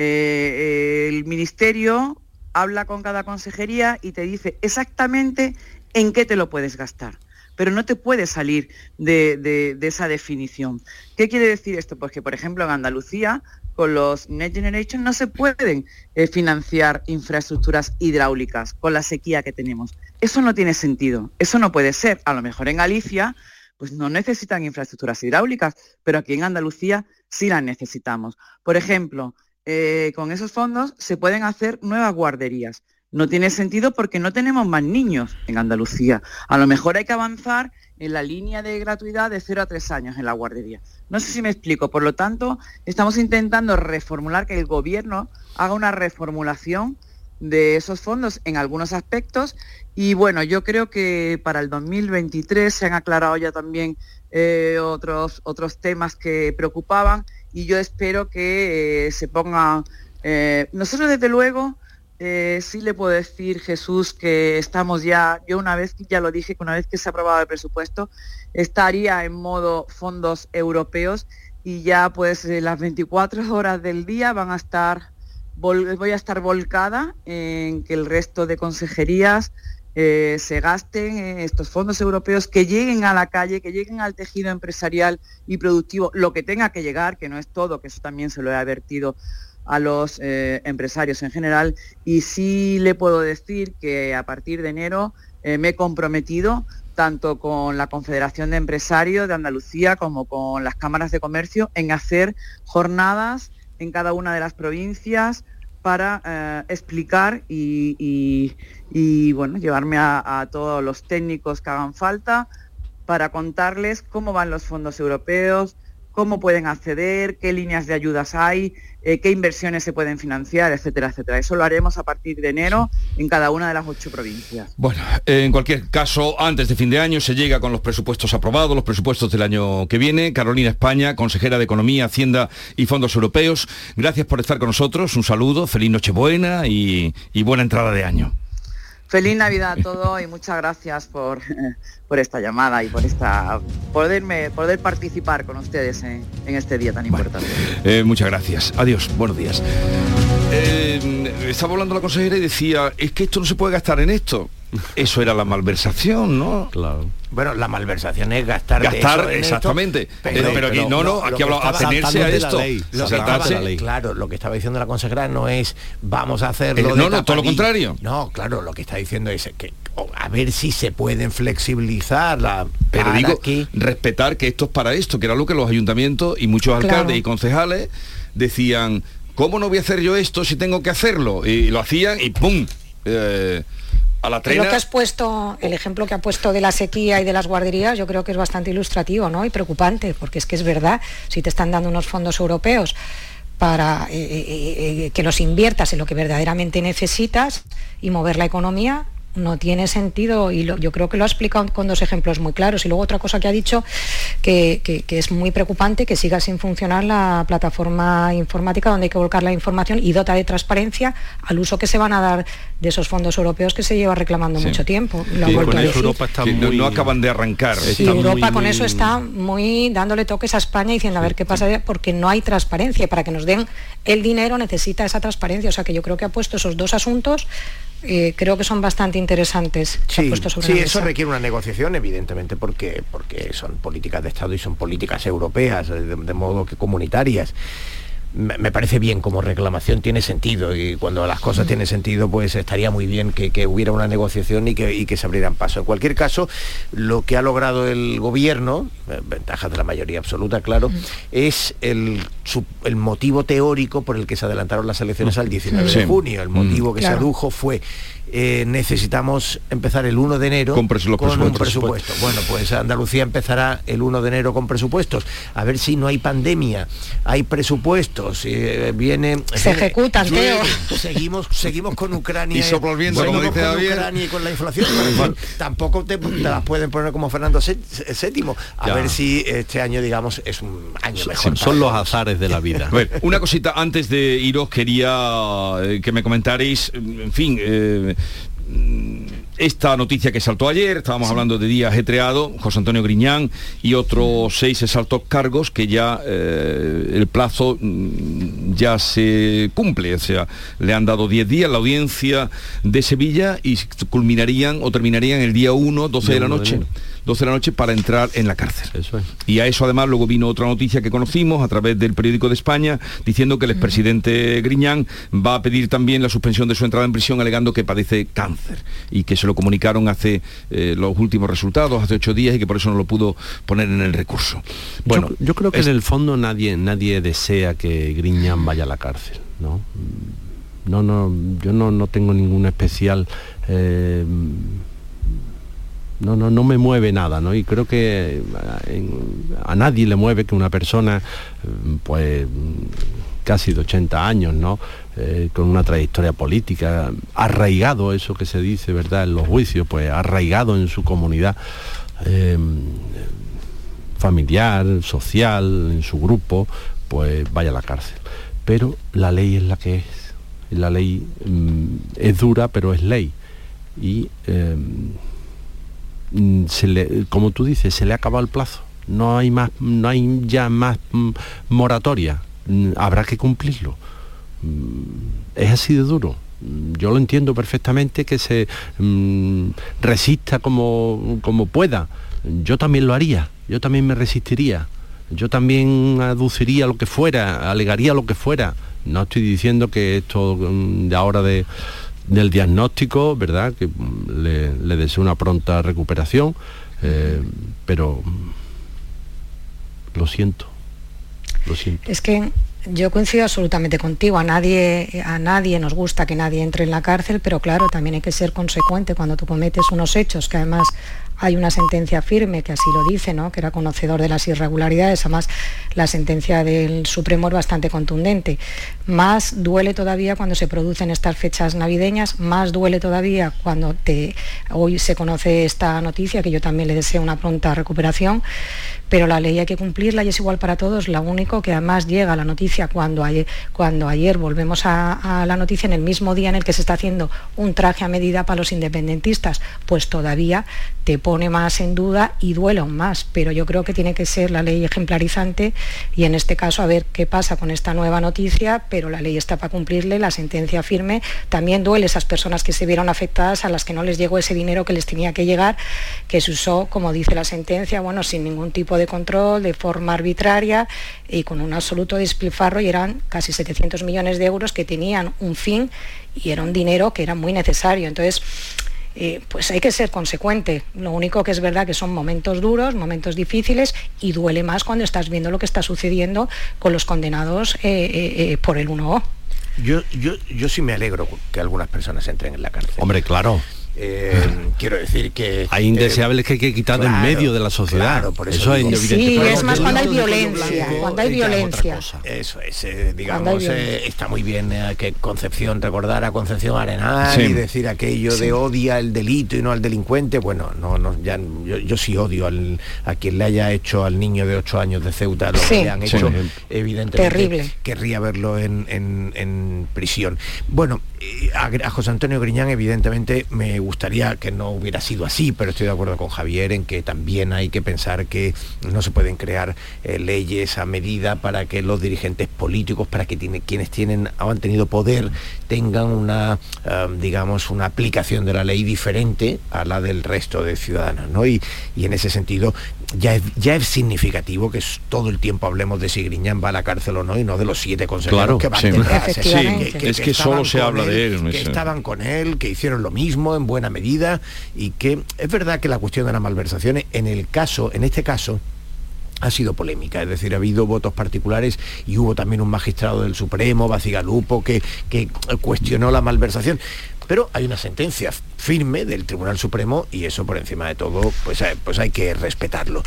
[SPEAKER 3] eh, el ministerio habla con cada consejería y te dice exactamente en qué te lo puedes gastar, pero no te puedes salir de, de, de esa definición. ¿Qué quiere decir esto? Pues que, por ejemplo, en Andalucía, con los Next Generation no se pueden eh, financiar infraestructuras hidráulicas con la sequía que tenemos. Eso no tiene sentido, eso no puede ser. A lo mejor en Galicia pues no necesitan infraestructuras hidráulicas, pero aquí en Andalucía sí las necesitamos. Por ejemplo, eh, con esos fondos se pueden hacer nuevas guarderías. No tiene sentido porque no tenemos más niños en Andalucía. A lo mejor hay que avanzar en la línea de gratuidad de cero a tres años en la guardería. No sé si me explico. Por lo tanto, estamos intentando reformular, que el gobierno haga una reformulación de esos fondos en algunos aspectos. Y bueno, yo creo que para el dos mil veintitrés se han aclarado ya también eh, otros, otros temas que preocupaban, y yo espero que eh, se pongan... Eh, nosotros, desde luego, Eh, sí le puedo decir, Jesús, que estamos ya, yo una vez, ya lo dije, que una vez que se ha aprobado el presupuesto, estaría en modo fondos europeos, y ya pues eh, las veinticuatro horas del día van a estar, vol, voy a estar volcada en que el resto de consejerías eh, se gasten en estos fondos europeos, que lleguen a la calle, que lleguen al tejido empresarial y productivo, lo que tenga que llegar, que no es todo, que eso también se lo he advertido a los eh, empresarios en general. Y sí le puedo decir que a partir de enero eh, me he comprometido tanto con la Confederación de Empresarios de Andalucía como con las cámaras de comercio, en hacer jornadas en cada una de las provincias para eh, explicar y, y, y bueno, llevarme a, a todos los técnicos que hagan falta para contarles cómo van los fondos europeos, cómo pueden acceder, qué líneas de ayudas hay, eh, qué inversiones se pueden financiar, etcétera, etcétera. Eso lo haremos a partir de enero en cada una de las ocho provincias.
[SPEAKER 2] Bueno, en cualquier caso, antes de fin de año se llega con los presupuestos aprobados, los presupuestos del año que viene. Carolina España, consejera de Economía, Hacienda y Fondos Europeos, gracias por estar con nosotros, un saludo, feliz Nochebuena y, y buena entrada de año.
[SPEAKER 3] Feliz Navidad a todos y muchas gracias por, por esta llamada y por esta poderme poder participar con ustedes en, en este día tan importante.
[SPEAKER 2] Vale. Eh, muchas gracias. Adiós. Buenos días. Eh, estaba hablando la consejera y decía, es que esto no se puede gastar en esto. Eso era la malversación, ¿no?
[SPEAKER 4] Claro. Bueno, la malversación es gastar
[SPEAKER 2] gastar
[SPEAKER 4] eso en
[SPEAKER 2] exactamente
[SPEAKER 4] esto,
[SPEAKER 2] pero, pero, pero aquí no, no, aquí hablo atenerse a esto.
[SPEAKER 4] Lo estaba, claro, lo que estaba diciendo la consejera no es vamos a hacerlo.
[SPEAKER 2] Eh, no, no, todo lo contrario.
[SPEAKER 4] No, claro, lo que está diciendo es que oh, a ver si se pueden flexibilizar la.
[SPEAKER 2] Pero digo, que... respetar que esto es para esto, que era lo que los ayuntamientos y muchos alcaldes claro. y concejales decían, ¿cómo no voy a hacer yo esto si tengo que hacerlo? Y lo hacían y ¡pum! Eh, a la trena.
[SPEAKER 5] Lo que has puesto, el ejemplo que ha puesto de la sequía y de las guarderías, yo creo que es bastante ilustrativo, ¿no? Y preocupante, porque es que es verdad, si te están dando unos fondos europeos para eh, eh, eh, que los inviertas en lo que verdaderamente necesitas y mover la economía, no tiene sentido, y lo, yo creo que lo ha explicado con dos ejemplos muy claros. Y luego otra cosa que ha dicho que, que, que es muy preocupante, que siga sin funcionar la plataforma informática donde hay que volcar la información y dota de transparencia al uso que se van a dar de esos fondos europeos que se lleva reclamando sí. mucho tiempo. Lo
[SPEAKER 2] sí, con eso Europa está sí, muy... no, no acaban de arrancar.
[SPEAKER 5] Sí, está Europa muy, con muy... eso está muy dándole toques a España diciendo sí, a ver qué pasa, sí. porque no hay transparencia. Para que nos den el dinero necesita esa transparencia. O sea que yo creo que ha puesto esos dos asuntos. Eh, creo que son bastante interesantes.
[SPEAKER 4] Sí, sobre sí la eso requiere una negociación, evidentemente, porque, porque son políticas de Estado y son políticas europeas, de, de modo que comunitarias. Me, me parece bien como reclamación, tiene sentido, y cuando las cosas mm. tienen sentido, pues estaría muy bien que, que hubiera una negociación y que, y que se abrieran paso. En cualquier caso, lo que ha logrado el gobierno, ventajas de la mayoría absoluta, claro, mm. es el, su, el motivo teórico por el que se adelantaron las elecciones al diecinueve sí. de junio. El motivo mm. que claro. se adujo fue Eh, necesitamos empezar el uno de enero
[SPEAKER 2] con,
[SPEAKER 4] con un presupuesto. Bueno, pues Andalucía empezará el uno de enero con presupuestos. A ver si no hay pandemia, hay presupuestos, eh, viene...
[SPEAKER 5] Se viene, ejecutan, Teo.
[SPEAKER 4] Seguimos, seguimos con Ucrania.
[SPEAKER 2] Y sopla el viento, como dice
[SPEAKER 4] con Ucrania y con la inflación. Bueno, tampoco te, te las pueden poner como Fernando séptimo. A ya. ver si este año, digamos, es un año mejor.
[SPEAKER 6] Sí, son los azares de la vida.
[SPEAKER 2] Bueno, una cosita, antes de iros, quería eh, que me comentaréis, en fin... Eh, esta noticia que saltó ayer, estábamos sí. hablando de día ajetreado, José Antonio Griñán y otros seis exaltos cargos que ya eh, el plazo ya se cumple, o sea, le han dado diez días la audiencia de Sevilla y culminarían o terminarían el día uno, doce de la noche. doce de la noche para entrar en la cárcel.
[SPEAKER 6] Eso es.
[SPEAKER 2] Y a eso además luego vino otra noticia que conocimos a través del Periódico de España diciendo que el expresidente Griñán va a pedir también la suspensión de su entrada en prisión alegando que padece cáncer y que se lo comunicaron hace eh, los últimos resultados, hace ocho días y que por eso no lo pudo poner en el recurso.
[SPEAKER 6] Bueno, yo, yo creo que es... en el fondo nadie, nadie desea que Griñán vaya a la cárcel, ¿no? No, no, yo no, no tengo ningún especial... Eh, No, no, no me mueve nada, ¿no? Y creo que a, a nadie le mueve que una persona, pues, casi de ochenta años, ¿no? Eh, con una trayectoria política, arraigado, eso que se dice, ¿verdad?, en los juicios, pues arraigado en su comunidad eh, familiar, social, en su grupo, pues vaya a la cárcel. Pero la ley es la que es. La ley mm, es dura, pero es ley. Y... Eh, Se le, como tú dices, se le ha acabado el plazo, no hay más, no hay ya más mm, moratoria, mm, habrá que cumplirlo. Mm, es así de duro. Yo lo entiendo perfectamente que se mm, resista como, como pueda. Yo también lo haría, yo también me resistiría, yo también aduciría lo que fuera, alegaría lo que fuera. No estoy diciendo que esto de ahora de del diagnóstico, ¿verdad?, que le, le deseo una pronta recuperación, Eh, pero lo siento, lo siento.
[SPEAKER 5] Es que yo coincido absolutamente contigo, a nadie, a nadie nos gusta que nadie entre en la cárcel, pero claro, también hay que ser consecuente cuando tú cometes unos hechos que además hay una sentencia firme que así lo dice, ¿no?, que era conocedor de las irregularidades. Además, la sentencia del Supremo es bastante contundente. Más duele todavía cuando se producen estas fechas navideñas, más duele todavía cuando te, hoy se conoce esta noticia, que yo también le deseo una pronta recuperación, pero la ley hay que cumplirla y es igual para todos. Lo único que además llega la noticia cuando ayer, cuando ayer volvemos a, a la noticia en el mismo día en el que se está haciendo un traje a medida para los independentistas, pues todavía te pone más en duda y duele aún más. Pero yo creo que tiene que ser la ley ejemplarizante y en este caso a ver qué pasa con esta nueva noticia, pero la ley está para cumplirle, la sentencia firme. También duele esas personas que se vieron afectadas, a las que no les llegó ese dinero que les tenía que llegar, que se usó, como dice la sentencia, bueno, sin ningún tipo de control, de forma arbitraria y con un absoluto despilfarro, y eran casi setecientos millones de euros que tenían un fin y era un dinero que era muy necesario. Entonces, Eh, pues hay que ser consecuente. Lo único que es verdad que son momentos duros, momentos difíciles, y duele más cuando estás viendo lo que está sucediendo con los condenados eh, eh, eh, por el uno O.
[SPEAKER 4] Yo, yo, yo sí me alegro que algunas personas entren en la cárcel.
[SPEAKER 6] Hombre, claro.
[SPEAKER 4] Eh, quiero decir que
[SPEAKER 6] hay indeseables eh, que hay que quitar
[SPEAKER 4] claro,
[SPEAKER 6] del medio de la sociedad.
[SPEAKER 4] Claro, por eso,
[SPEAKER 6] eso
[SPEAKER 4] digo,
[SPEAKER 6] es evidente.
[SPEAKER 5] Sí,
[SPEAKER 6] pero
[SPEAKER 5] es más cuando hay violencia,
[SPEAKER 4] blanco,
[SPEAKER 5] cuando hay violencia.
[SPEAKER 4] Eso es, eh, digamos, eh, está muy bien eh, que Concepción, recordar a Concepción Arenal
[SPEAKER 2] sí.
[SPEAKER 4] y decir aquello sí. de odia el delito y no al delincuente. Bueno, no, no, ya, yo, yo sí odio al, a quien le haya hecho al niño de ocho años de Ceuta lo sí. que le han hecho, sí. evidentemente.
[SPEAKER 5] Terrible.
[SPEAKER 4] Querría verlo en, en, en prisión. Bueno, a, a José Antonio Griñán, evidentemente, me gustaría que no hubiera sido así, pero estoy de acuerdo con Javier en que también hay que pensar que no se pueden crear eh, leyes a medida para que los dirigentes políticos, para que tiene, quienes tienen o han tenido poder tengan una, uh, digamos, una aplicación de la ley diferente a la del resto de ciudadanos, ¿no? Y, y en ese sentido ya es, ya es significativo que es, todo el tiempo hablemos de si Griñán va a la cárcel o no, y no de los siete consejeros
[SPEAKER 2] claro,
[SPEAKER 4] que van
[SPEAKER 2] sí.
[SPEAKER 4] detrás.
[SPEAKER 2] Sí, que, que, es que, que solo se habla
[SPEAKER 4] él,
[SPEAKER 2] de él.
[SPEAKER 4] Que estaban con él, que hicieron lo mismo en buena medida, y que es verdad que la cuestión de las malversaciones en el caso, en este caso, ha sido polémica, es decir, ha habido votos particulares y hubo también un magistrado del Supremo, Bacigalupo, que, que cuestionó la malversación. Pero hay una sentencia firme del Tribunal Supremo y eso, por encima de todo, pues, pues hay que respetarlo.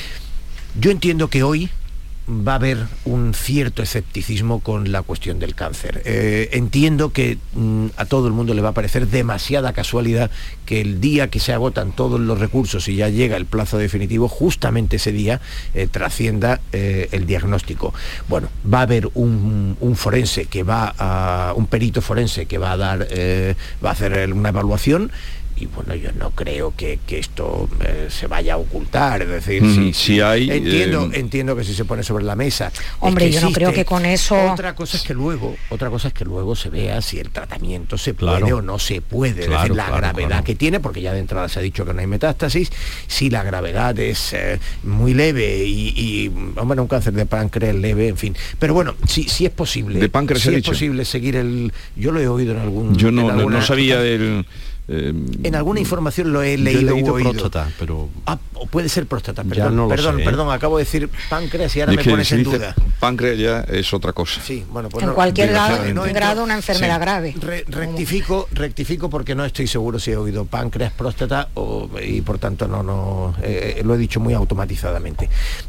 [SPEAKER 4] Yo entiendo que hoy va a haber un cierto escepticismo con la cuestión del cáncer. Eh, entiendo que mm, a todo el mundo le va a parecer demasiada casualidad que el día que se agotan todos los recursos y ya llega el plazo definitivo, justamente ese día eh, trascienda eh, el diagnóstico. Bueno, va a haber un, un forense que va a, un perito forense que va a dar, eh, va a hacer una evaluación. Y bueno, yo no creo que, que esto eh, se vaya a ocultar, es decir,
[SPEAKER 2] mm,
[SPEAKER 4] si,
[SPEAKER 2] si hay...
[SPEAKER 4] Entiendo,
[SPEAKER 2] eh...
[SPEAKER 4] entiendo que si se pone sobre la mesa...
[SPEAKER 5] Hombre,
[SPEAKER 4] es que
[SPEAKER 5] yo no creo que con eso...
[SPEAKER 4] Otra cosa es que luego, otra cosa es que luego se vea si el tratamiento se
[SPEAKER 6] claro.
[SPEAKER 4] puede o no se puede,
[SPEAKER 6] claro,
[SPEAKER 4] es decir, la
[SPEAKER 6] claro,
[SPEAKER 4] gravedad
[SPEAKER 6] claro.
[SPEAKER 4] que tiene, porque ya de entrada se ha dicho que no hay metástasis, si la gravedad es eh, muy leve y, y, hombre, un cáncer de páncreas leve, en fin. Pero bueno, si, si es posible...
[SPEAKER 2] De páncreas
[SPEAKER 4] si
[SPEAKER 2] se ha
[SPEAKER 4] es
[SPEAKER 2] dicho.
[SPEAKER 4] posible seguir el... Yo lo he oído en algún...
[SPEAKER 2] Yo no,
[SPEAKER 4] en alguna,
[SPEAKER 2] no sabía del...
[SPEAKER 4] Eh, en alguna información lo he leído.
[SPEAKER 6] Yo he leído
[SPEAKER 4] o oído.
[SPEAKER 6] próstata, pero...
[SPEAKER 4] Ah, o puede ser próstata, perdón,
[SPEAKER 6] ya no lo
[SPEAKER 4] perdón,
[SPEAKER 6] sé, ¿eh?
[SPEAKER 4] perdón, acabo de decir páncreas y ahora
[SPEAKER 2] es
[SPEAKER 4] me
[SPEAKER 2] que
[SPEAKER 4] pones
[SPEAKER 2] si
[SPEAKER 4] en
[SPEAKER 2] dice
[SPEAKER 4] duda.
[SPEAKER 2] Páncreas ya es otra cosa.
[SPEAKER 4] Sí, bueno, pues
[SPEAKER 5] en
[SPEAKER 4] no,
[SPEAKER 5] cualquier grado,
[SPEAKER 4] no entro,
[SPEAKER 5] grado una enfermedad
[SPEAKER 4] sí,
[SPEAKER 5] grave.
[SPEAKER 4] Re, rectifico, rectifico porque no estoy seguro si he oído páncreas, próstata o, y por tanto no, no eh, lo he dicho muy automatizadamente.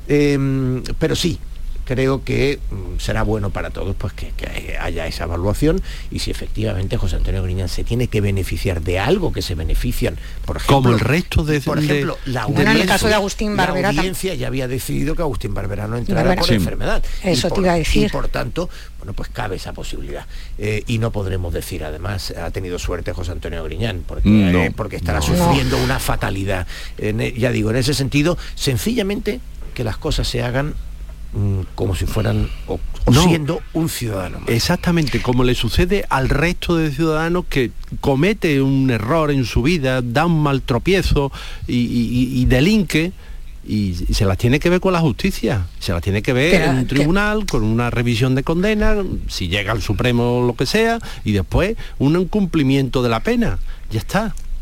[SPEAKER 4] Eh, pero sí, creo que mm, será bueno para todos pues que, que haya esa evaluación, y si efectivamente José Antonio Griñán se tiene que beneficiar de algo que se benefician, por ejemplo,
[SPEAKER 6] como el resto de,
[SPEAKER 4] por ejemplo,
[SPEAKER 6] de,
[SPEAKER 4] la
[SPEAKER 5] bueno,
[SPEAKER 4] audiencia,
[SPEAKER 5] en el caso de Agustín Barbera,
[SPEAKER 4] la audiencia ya había decidido que Agustín Barbera no entrara
[SPEAKER 5] Barbera.
[SPEAKER 4] por
[SPEAKER 5] Sí.
[SPEAKER 4] enfermedad.
[SPEAKER 5] Eso
[SPEAKER 4] por,
[SPEAKER 5] te iba a decir.
[SPEAKER 4] Y por tanto, bueno, pues cabe esa posibilidad. Eh, y no podremos decir, además, ha tenido suerte José Antonio Griñán, porque,
[SPEAKER 2] no,
[SPEAKER 4] eh, porque estará
[SPEAKER 2] no.
[SPEAKER 4] sufriendo una fatalidad. En, ya digo, en ese sentido, sencillamente que las cosas se hagan como si fueran o, o
[SPEAKER 6] no,
[SPEAKER 4] siendo un ciudadano más.
[SPEAKER 6] Exactamente, como le sucede al resto de ciudadanos que comete un error en su vida, da un mal tropiezo y, y, y delinque, y, y se las tiene que ver con la justicia, se las tiene que ver
[SPEAKER 5] Pero,
[SPEAKER 6] en un tribunal, que... con una revisión de condena, si llega al Supremo o lo que sea, y después un cumplimiento de la pena, ya está.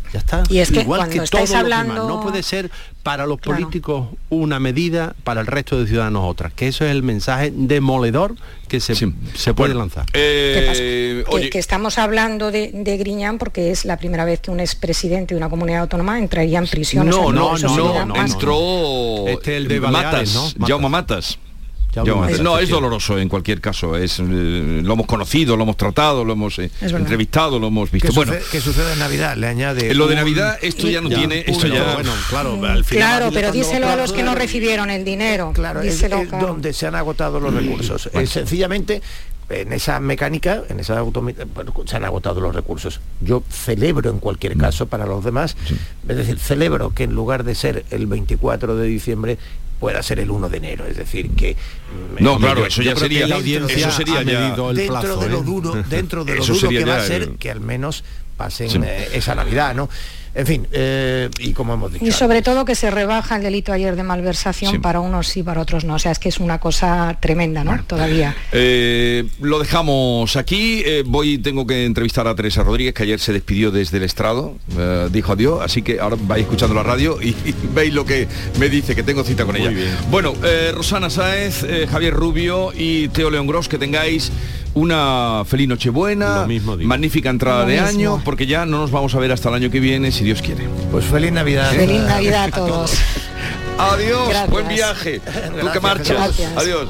[SPEAKER 6] Ya está.
[SPEAKER 5] Y es que
[SPEAKER 6] igual
[SPEAKER 5] cuando
[SPEAKER 6] que
[SPEAKER 5] estáis
[SPEAKER 6] todos los
[SPEAKER 5] hablando-
[SPEAKER 6] demás. No puede ser para los
[SPEAKER 5] Claro.
[SPEAKER 6] políticos una medida, para el resto de ciudadanos otra. Que eso es el mensaje demoledor que se, se puede lanzar.
[SPEAKER 5] ¿Qué pasa? Que, que estamos hablando de, de Griñán porque es la primera vez que un expresidente de una comunidad autónoma entraría en prisión.
[SPEAKER 2] No,
[SPEAKER 5] O sea,
[SPEAKER 2] no,
[SPEAKER 5] eso
[SPEAKER 2] no,
[SPEAKER 5] sería
[SPEAKER 2] no,
[SPEAKER 5] más-
[SPEAKER 2] entró
[SPEAKER 6] Este el de Baleares,
[SPEAKER 2] Matas,
[SPEAKER 6] ¿no?
[SPEAKER 2] Jaume Matas.
[SPEAKER 6] Jaume
[SPEAKER 2] Jaume
[SPEAKER 6] Matas,
[SPEAKER 2] Matas. No,
[SPEAKER 6] sí,
[SPEAKER 2] es
[SPEAKER 6] sí.
[SPEAKER 2] doloroso en cualquier caso. Es, eh, lo hemos conocido, lo hemos tratado, lo hemos eh,
[SPEAKER 4] verdad.
[SPEAKER 2] entrevistado, lo hemos visto.
[SPEAKER 4] ¿Qué,
[SPEAKER 2] Bueno,
[SPEAKER 4] sucede, ¿Qué sucede en Navidad? Le añade
[SPEAKER 2] en lo de
[SPEAKER 4] un-
[SPEAKER 2] Navidad esto ya no tiene, esto
[SPEAKER 4] un-
[SPEAKER 2] ya
[SPEAKER 4] bueno,
[SPEAKER 6] claro,
[SPEAKER 4] al
[SPEAKER 5] Claro, pero díselo a los que no recibieron el dinero.
[SPEAKER 4] Claro, es,
[SPEAKER 5] Díselo,
[SPEAKER 4] es
[SPEAKER 5] claro.
[SPEAKER 4] donde se han agotado los recursos.
[SPEAKER 2] Bueno.
[SPEAKER 4] Eh, sencillamente, en esa mecánica, en esa automi- bueno, se han agotado los recursos. Yo celebro en cualquier caso para los demás, es decir, celebro que en lugar de ser el veinticuatro de diciembre pueda ser el uno de enero, es decir, que mm,
[SPEAKER 2] No,
[SPEAKER 4] eh,
[SPEAKER 2] claro,
[SPEAKER 4] yo-
[SPEAKER 2] eso
[SPEAKER 4] yo
[SPEAKER 2] ya
[SPEAKER 4] creo
[SPEAKER 2] sería-
[SPEAKER 4] que
[SPEAKER 2] la
[SPEAKER 4] dentro
[SPEAKER 2] audiencia
[SPEAKER 4] de-
[SPEAKER 2] eso sería
[SPEAKER 4] ha
[SPEAKER 2] ya-
[SPEAKER 4] medido el
[SPEAKER 2] dentro
[SPEAKER 4] plazo,
[SPEAKER 2] de lo
[SPEAKER 4] ¿eh?
[SPEAKER 2] duro-
[SPEAKER 4] dentro de lo
[SPEAKER 2] Eso
[SPEAKER 4] duro
[SPEAKER 2] sería
[SPEAKER 4] que va
[SPEAKER 2] ya
[SPEAKER 4] a ser
[SPEAKER 2] el-
[SPEAKER 4] que al menos pasen
[SPEAKER 2] Sí.
[SPEAKER 4] eh, esa Navidad, ¿no? En fin, eh, y como hemos dicho
[SPEAKER 5] Y sobre todo que se rebaja el delito ayer de malversación
[SPEAKER 2] Sí.
[SPEAKER 5] para unos sí, para otros no. O sea, es que es una cosa tremenda, ¿no? Todavía.
[SPEAKER 2] Eh, lo dejamos aquí. Eh, voy, tengo que entrevistar a Teresa Rodríguez, que ayer se despidió desde el estrado, eh, dijo adiós, así que ahora vais escuchando la radio y, y veis lo que me dice, que tengo cita con ella. Bueno, eh, Rosana Sáez, eh, Javier Rubio y Teo León Gros, que tengáis una feliz Nochebuena, magnífica entrada
[SPEAKER 5] Lo
[SPEAKER 2] de
[SPEAKER 5] mismo.
[SPEAKER 2] año, porque ya no nos vamos a ver hasta el año que viene, si Dios quiere.
[SPEAKER 4] Pues feliz Navidad.
[SPEAKER 5] Feliz Navidad a todos.
[SPEAKER 2] Adiós,
[SPEAKER 5] Gracias.
[SPEAKER 2] buen viaje. Tú que
[SPEAKER 4] Gracias,
[SPEAKER 2] marchas.
[SPEAKER 5] Gracias.
[SPEAKER 2] Adiós.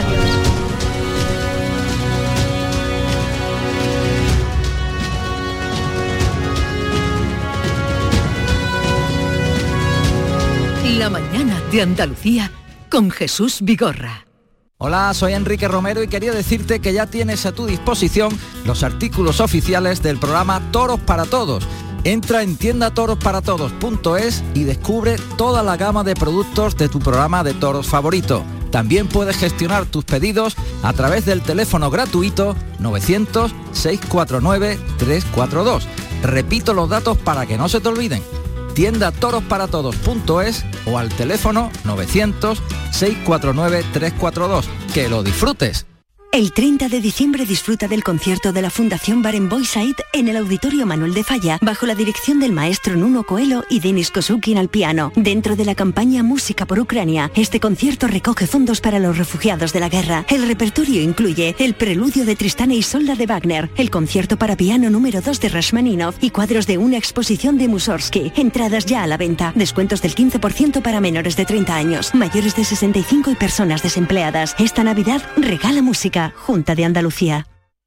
[SPEAKER 1] La mañana de Andalucía con Jesús Vigorra.
[SPEAKER 7] Hola, soy Enrique Romero y quería decirte que ya tienes a tu disposición los artículos oficiales del programa Toros para Todos. Entra en tienda toros para todos punto es y descubre toda la gama de productos de tu programa de toros favorito. También puedes gestionar tus pedidos a través del teléfono gratuito novecientos, seiscientos cuarenta y nueve, trescientos cuarenta y dos. Repito los datos para que no se te olviden. Tienda toros para todos punto es o al teléfono novecientos, seiscientos cuarenta y nueve, trescientos cuarenta y dos. ¡Que lo disfrutes!
[SPEAKER 17] El treinta de diciembre disfruta del concierto de la Fundación Barenboim en el Auditorio Manuel de Falla, bajo la dirección del maestro Nuno Coelho y Denis Kosukin al piano. Dentro de la campaña Música por Ucrania, este concierto recoge fondos para los refugiados de la guerra. El repertorio incluye el preludio de Tristán e Isolda de Wagner, el concierto para piano número dos de Rachmaninoff y cuadros de una exposición de Mussorgsky. Entradas ya a la venta. Descuentos del quince por ciento para menores de treinta años, mayores de sesenta y cinco y personas desempleadas. Esta Navidad regala música. Junta de Andalucía.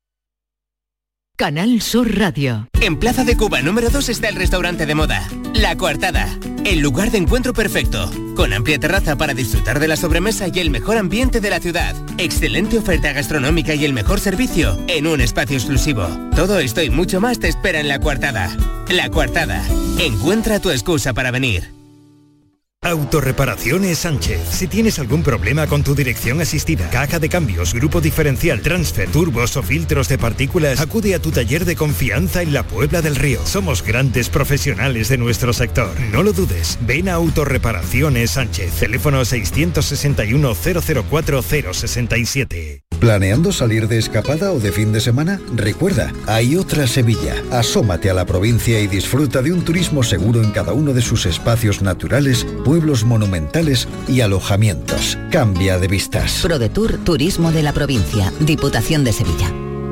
[SPEAKER 1] Canal Sur Radio.
[SPEAKER 8] En Plaza de Cuba número dos está el restaurante de moda, La Coartada, el lugar de encuentro perfecto, con amplia terraza para disfrutar de la sobremesa y el mejor ambiente de la ciudad, excelente oferta gastronómica y el mejor servicio en un espacio exclusivo. Todo esto y mucho más te espera en La Coartada. La Coartada, encuentra tu excusa para venir.
[SPEAKER 9] Autorreparaciones Sánchez. Si tienes algún problema con tu dirección asistida, caja de cambios, grupo diferencial, transfer, turbos o filtros de partículas, acude a tu taller de confianza en la Puebla del Río. Somos grandes profesionales de nuestro sector. No lo dudes. Ven a Autorreparaciones Sánchez. Teléfono seiscientos sesenta y uno, cero cero cuatro, cero sesenta y siete.
[SPEAKER 10] ¿Planeando salir de escapada o de fin de semana? Recuerda, hay otra Sevilla. Asómate a la provincia y disfruta de un turismo seguro en cada uno de sus espacios naturales, pueblos monumentales y alojamientos. Cambia de vistas.
[SPEAKER 12] ProDetour Turismo de la Provincia, Diputación de Sevilla.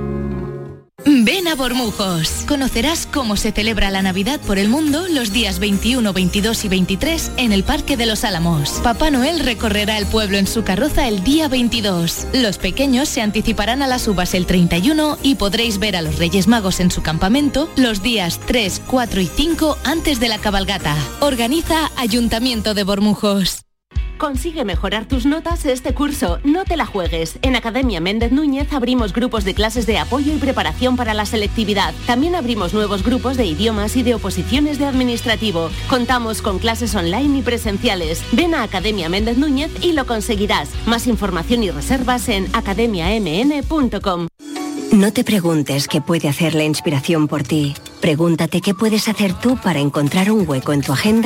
[SPEAKER 20] Ven a Bormujos. Conocerás cómo se celebra la Navidad por el mundo los días veintiuno, veintidós y veintitrés en el Parque de los Álamos. Papá Noel recorrerá el pueblo en su carroza el día veintidós. Los pequeños se anticiparán a las uvas el treinta y uno y podréis ver a los Reyes Magos en su campamento los días tres, cuatro y cinco antes de la cabalgata. Organiza Ayuntamiento de Bormujos.
[SPEAKER 13] Consigue mejorar tus notas este curso. No te la juegues. En Academia Méndez Núñez abrimos grupos de clases de apoyo y preparación para la selectividad. También abrimos nuevos grupos de idiomas y de oposiciones de administrativo. Contamos con clases online y presenciales. Ven a Academia Méndez Núñez y lo conseguirás. Más información y reservas en academia m n punto com.
[SPEAKER 17] No te preguntes qué puede hacer la inspiración por ti. Pregúntate qué puedes hacer tú para encontrar un hueco en tu agenda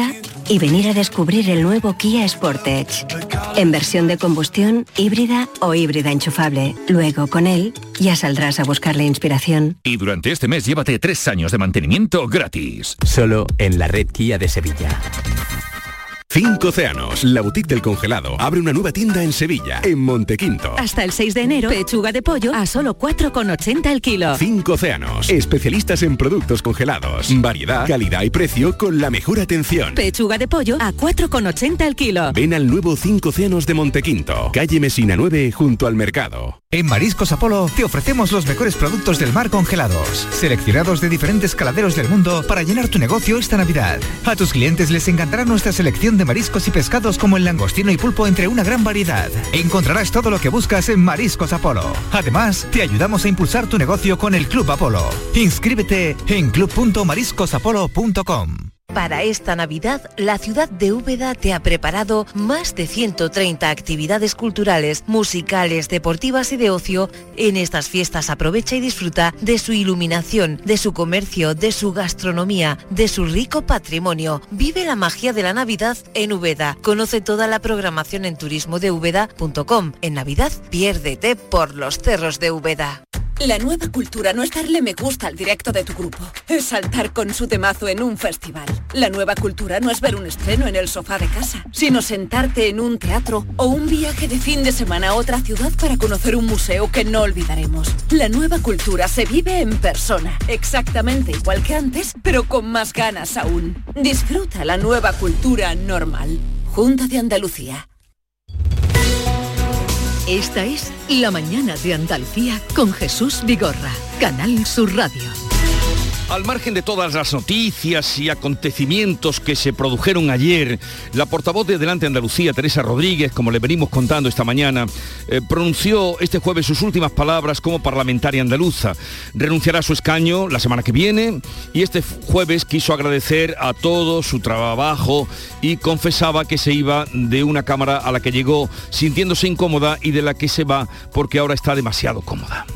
[SPEAKER 17] y venir a descubrir el nuevo Kia Sportage. En versión de combustión, híbrida o híbrida enchufable. Luego, con él, ya saldrás a buscar la inspiración.
[SPEAKER 11] Y durante este mes llévate tres años de mantenimiento gratis.
[SPEAKER 14] Solo en la red Kia de Sevilla.
[SPEAKER 15] Cinco Océanos, la boutique del congelado, abre una nueva tienda en Sevilla, en Montequinto.
[SPEAKER 16] Hasta el seis de enero, pechuga de pollo a solo cuatro con ochenta el kilo.
[SPEAKER 15] Cinco Océanos, especialistas en productos congelados. Variedad, calidad y precio con la mejor atención.
[SPEAKER 16] Pechuga de pollo a cuatro con ochenta el kilo.
[SPEAKER 15] Ven al nuevo Cinco Océanos de Montequinto, calle Mesina nueve, junto al mercado.
[SPEAKER 18] En Mariscos Apolo te ofrecemos los mejores productos del mar congelados, seleccionados de diferentes caladeros del mundo para llenar tu negocio esta Navidad. A tus clientes les encantará nuestra selección de mariscos y pescados como el langostino y pulpo entre una gran variedad. Encontrarás todo lo que buscas en Mariscos Apolo. Además, te ayudamos a impulsar tu negocio con el Club Apolo. Inscríbete en club punto mariscosapolo punto com.
[SPEAKER 19] Para esta Navidad, la ciudad de Úbeda te ha preparado más de ciento treinta actividades culturales, musicales, deportivas y de ocio. En estas fiestas aprovecha y disfruta de su iluminación, de su comercio, de su gastronomía, de su rico patrimonio. Vive la magia de la Navidad en Úbeda. Conoce toda la programación en turismo de úbeda punto com. En Navidad, piérdete por los cerros de Úbeda.
[SPEAKER 21] La nueva cultura no es darle me gusta al directo de tu grupo, es saltar con su temazo en un festival. La nueva cultura no es ver un estreno en el sofá de casa, sino sentarte en un teatro o un viaje de fin de semana a otra ciudad para conocer un museo que no olvidaremos. La nueva cultura se vive en persona, exactamente igual que antes, pero con más ganas aún. Disfruta la nueva cultura normal. Junta de Andalucía.
[SPEAKER 1] Esta es La Mañana de Andalucía con Jesús Vigorra, Canal Sur Radio.
[SPEAKER 2] Al margen de todas las noticias y acontecimientos que se produjeron ayer, la portavoz de Adelante Andalucía, Teresa Rodríguez, como le venimos contando esta mañana, eh, pronunció este jueves sus últimas palabras como parlamentaria andaluza. Renunciará a su escaño la semana que viene y este jueves quiso agradecer a todos su trabajo y confesaba que se iba de una Cámara a la que llegó sintiéndose incómoda y de la que se va porque ahora está demasiado cómoda.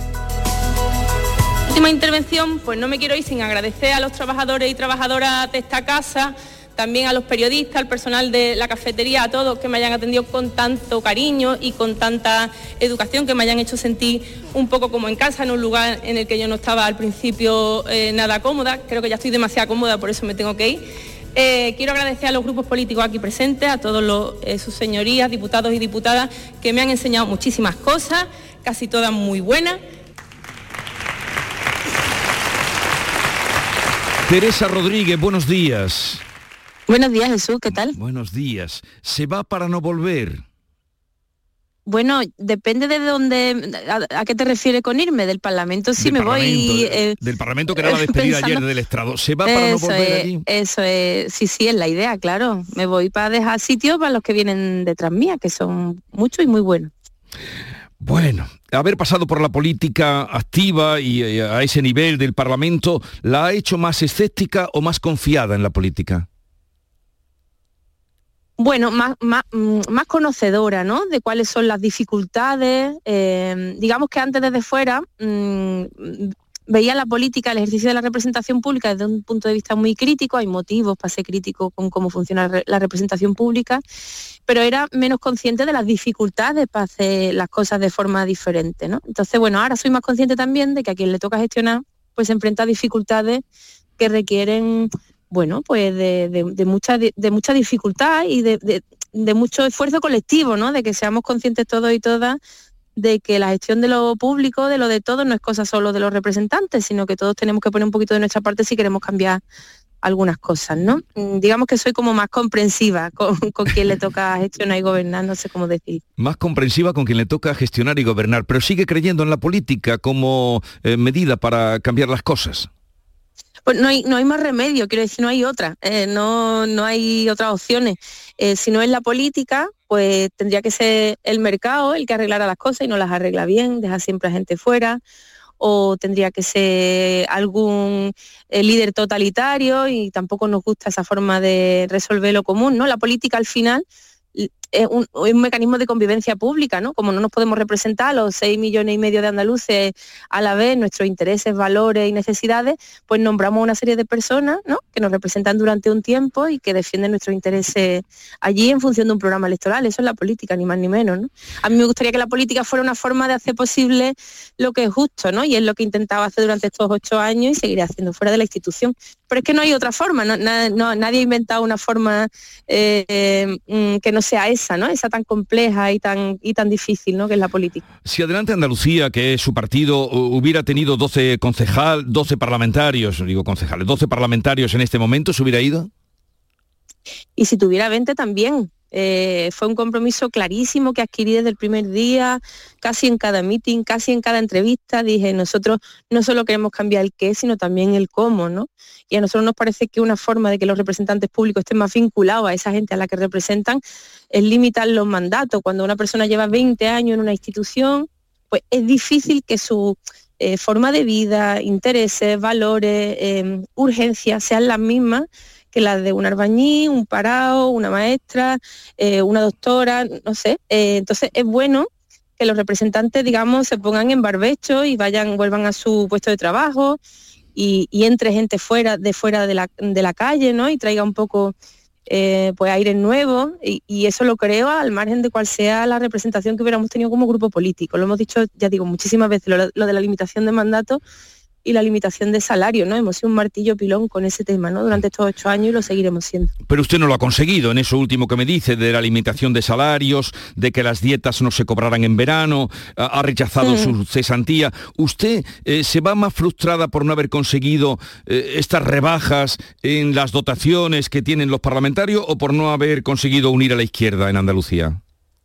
[SPEAKER 28] Última intervención, pues no me quiero ir sin agradecer a los trabajadores y trabajadoras de esta casa, también a los periodistas, al personal de la cafetería, a todos que me hayan atendido con tanto cariño y con tanta educación, que me hayan hecho sentir un poco como en casa, en un lugar en el que yo no estaba al principio eh, nada cómoda. Creo que ya estoy demasiado cómoda, por eso me tengo que ir. Eh, quiero agradecer a los grupos políticos aquí presentes, a todos los, eh, sus señorías, diputados y diputadas, que me han enseñado muchísimas cosas, casi todas muy buenas.
[SPEAKER 2] Teresa Rodríguez, buenos días.
[SPEAKER 29] Buenos días, Jesús, ¿qué tal?
[SPEAKER 2] Buenos días. ¿Se va para no volver?
[SPEAKER 29] Bueno, depende de dónde, a, a qué te refieres con irme. Del Parlamento sí
[SPEAKER 2] del
[SPEAKER 29] me
[SPEAKER 2] Parlamento,
[SPEAKER 29] voy.
[SPEAKER 2] Eh, del Parlamento que era la despedida pensando, ayer del estrado. ¿Se va para no volver
[SPEAKER 29] es,
[SPEAKER 2] allí?
[SPEAKER 29] Eso es, sí, sí, es la idea, claro. Me voy para dejar sitio para los que vienen detrás mía, que son muchos y muy buenos.
[SPEAKER 2] Bueno, haber pasado por la política activa y a ese nivel del Parlamento, ¿la ha hecho más escéptica o más confiada en la política?
[SPEAKER 29] Bueno, más, más, más conocedora, ¿no?, de cuáles son las dificultades. Eh, digamos que antes desde fuera mmm, veía la política, el ejercicio de la representación pública desde un punto de vista muy crítico. Hay motivos para ser crítico con cómo funciona la representación pública, pero era menos consciente de las dificultades para hacer las cosas de forma diferente, ¿no? Entonces, bueno, ahora soy más consciente también de que a quien le toca gestionar, pues se enfrenta a dificultades que requieren, bueno, pues de, de, de, mucha, de, de mucha dificultad y de, de, de mucho esfuerzo colectivo, ¿no? De que seamos conscientes todos y todas de que la gestión de lo público, de lo de todos, no es cosa solo de los representantes, sino que todos tenemos que poner un poquito de nuestra parte si queremos cambiar algunas cosas, ¿no? Digamos que soy como más comprensiva con, con quien le toca gestionar y gobernar, no sé cómo decir.
[SPEAKER 2] Más comprensiva con quien le toca gestionar y gobernar, pero sigue creyendo en la política como eh, medida para cambiar las cosas.
[SPEAKER 29] Pues no hay, no hay más remedio, quiero decir, no hay otra, eh, no, no hay otras opciones. Eh, si no es la política, pues tendría que ser el mercado el que arreglara las cosas y no las arregla bien, deja siempre a gente fuera, o tendría que ser algún eh, líder totalitario y tampoco nos gusta esa forma de resolver lo común, ¿no? La política al final es un, un mecanismo de convivencia pública, ¿no? Como no nos podemos representar los seis millones y medio de andaluces a la vez, nuestros intereses, valores y necesidades, pues nombramos una serie de personas, ¿no?, que nos representan durante un tiempo y que defienden nuestros intereses allí en función de un programa electoral. Eso es la política, ni más ni menos, ¿no? A mí me gustaría que la política fuera una forma de hacer posible lo que es justo, ¿no? Y es lo que intentaba hacer durante estos ocho años y seguiré haciendo fuera de la institución. Pero es que no hay otra forma, no, na, no, nadie ha inventado una forma eh, eh, que no sea esa, ¿no? Esa tan compleja y tan, y tan difícil, ¿no?, que es la política.
[SPEAKER 2] Si Adelante Andalucía, que es su partido, hubiera tenido doce concejal, doce parlamentarios, digo concejales, doce parlamentarios en este momento, ¿se hubiera ido?
[SPEAKER 29] Y si tuviera veinte también. Eh, fue un compromiso clarísimo que adquirí desde el primer día, casi en cada meeting, casi en cada entrevista. Dije, nosotros no solo queremos cambiar el qué, sino también el cómo, ¿no? Y a nosotros nos parece que una forma de que los representantes públicos estén más vinculados a esa gente a la que representan es limitar los mandatos. Cuando una persona lleva veinte años en una institución, pues es difícil que su eh, forma de vida, intereses, valores, eh, urgencias sean las mismas que las de un albañil, un parado, una maestra, eh, una doctora, no sé. Eh, entonces es bueno que los representantes, digamos, se pongan en barbecho y vayan, vuelvan a su puesto de trabajo y, y entre gente fuera, de fuera de la, de la calle, ¿no? Y traiga un poco eh, pues aire nuevo y, y eso lo creo al margen de cuál sea la representación que hubiéramos tenido como grupo político. Lo hemos dicho, ya digo, muchísimas veces, lo, lo de la limitación de mandato y la limitación de salario, ¿no? Hemos sido un martillo pilón con ese tema, ¿no?, durante estos ocho años y lo seguiremos siendo.
[SPEAKER 2] Pero usted no lo ha conseguido en eso último que me dice, de la limitación de salarios, de que las dietas no se cobraran en verano, ha rechazado mm. su cesantía. ¿Usted eh, se va más frustrada por no haber conseguido eh, estas rebajas en las dotaciones que tienen los parlamentarios o por no haber conseguido unir a la izquierda en Andalucía?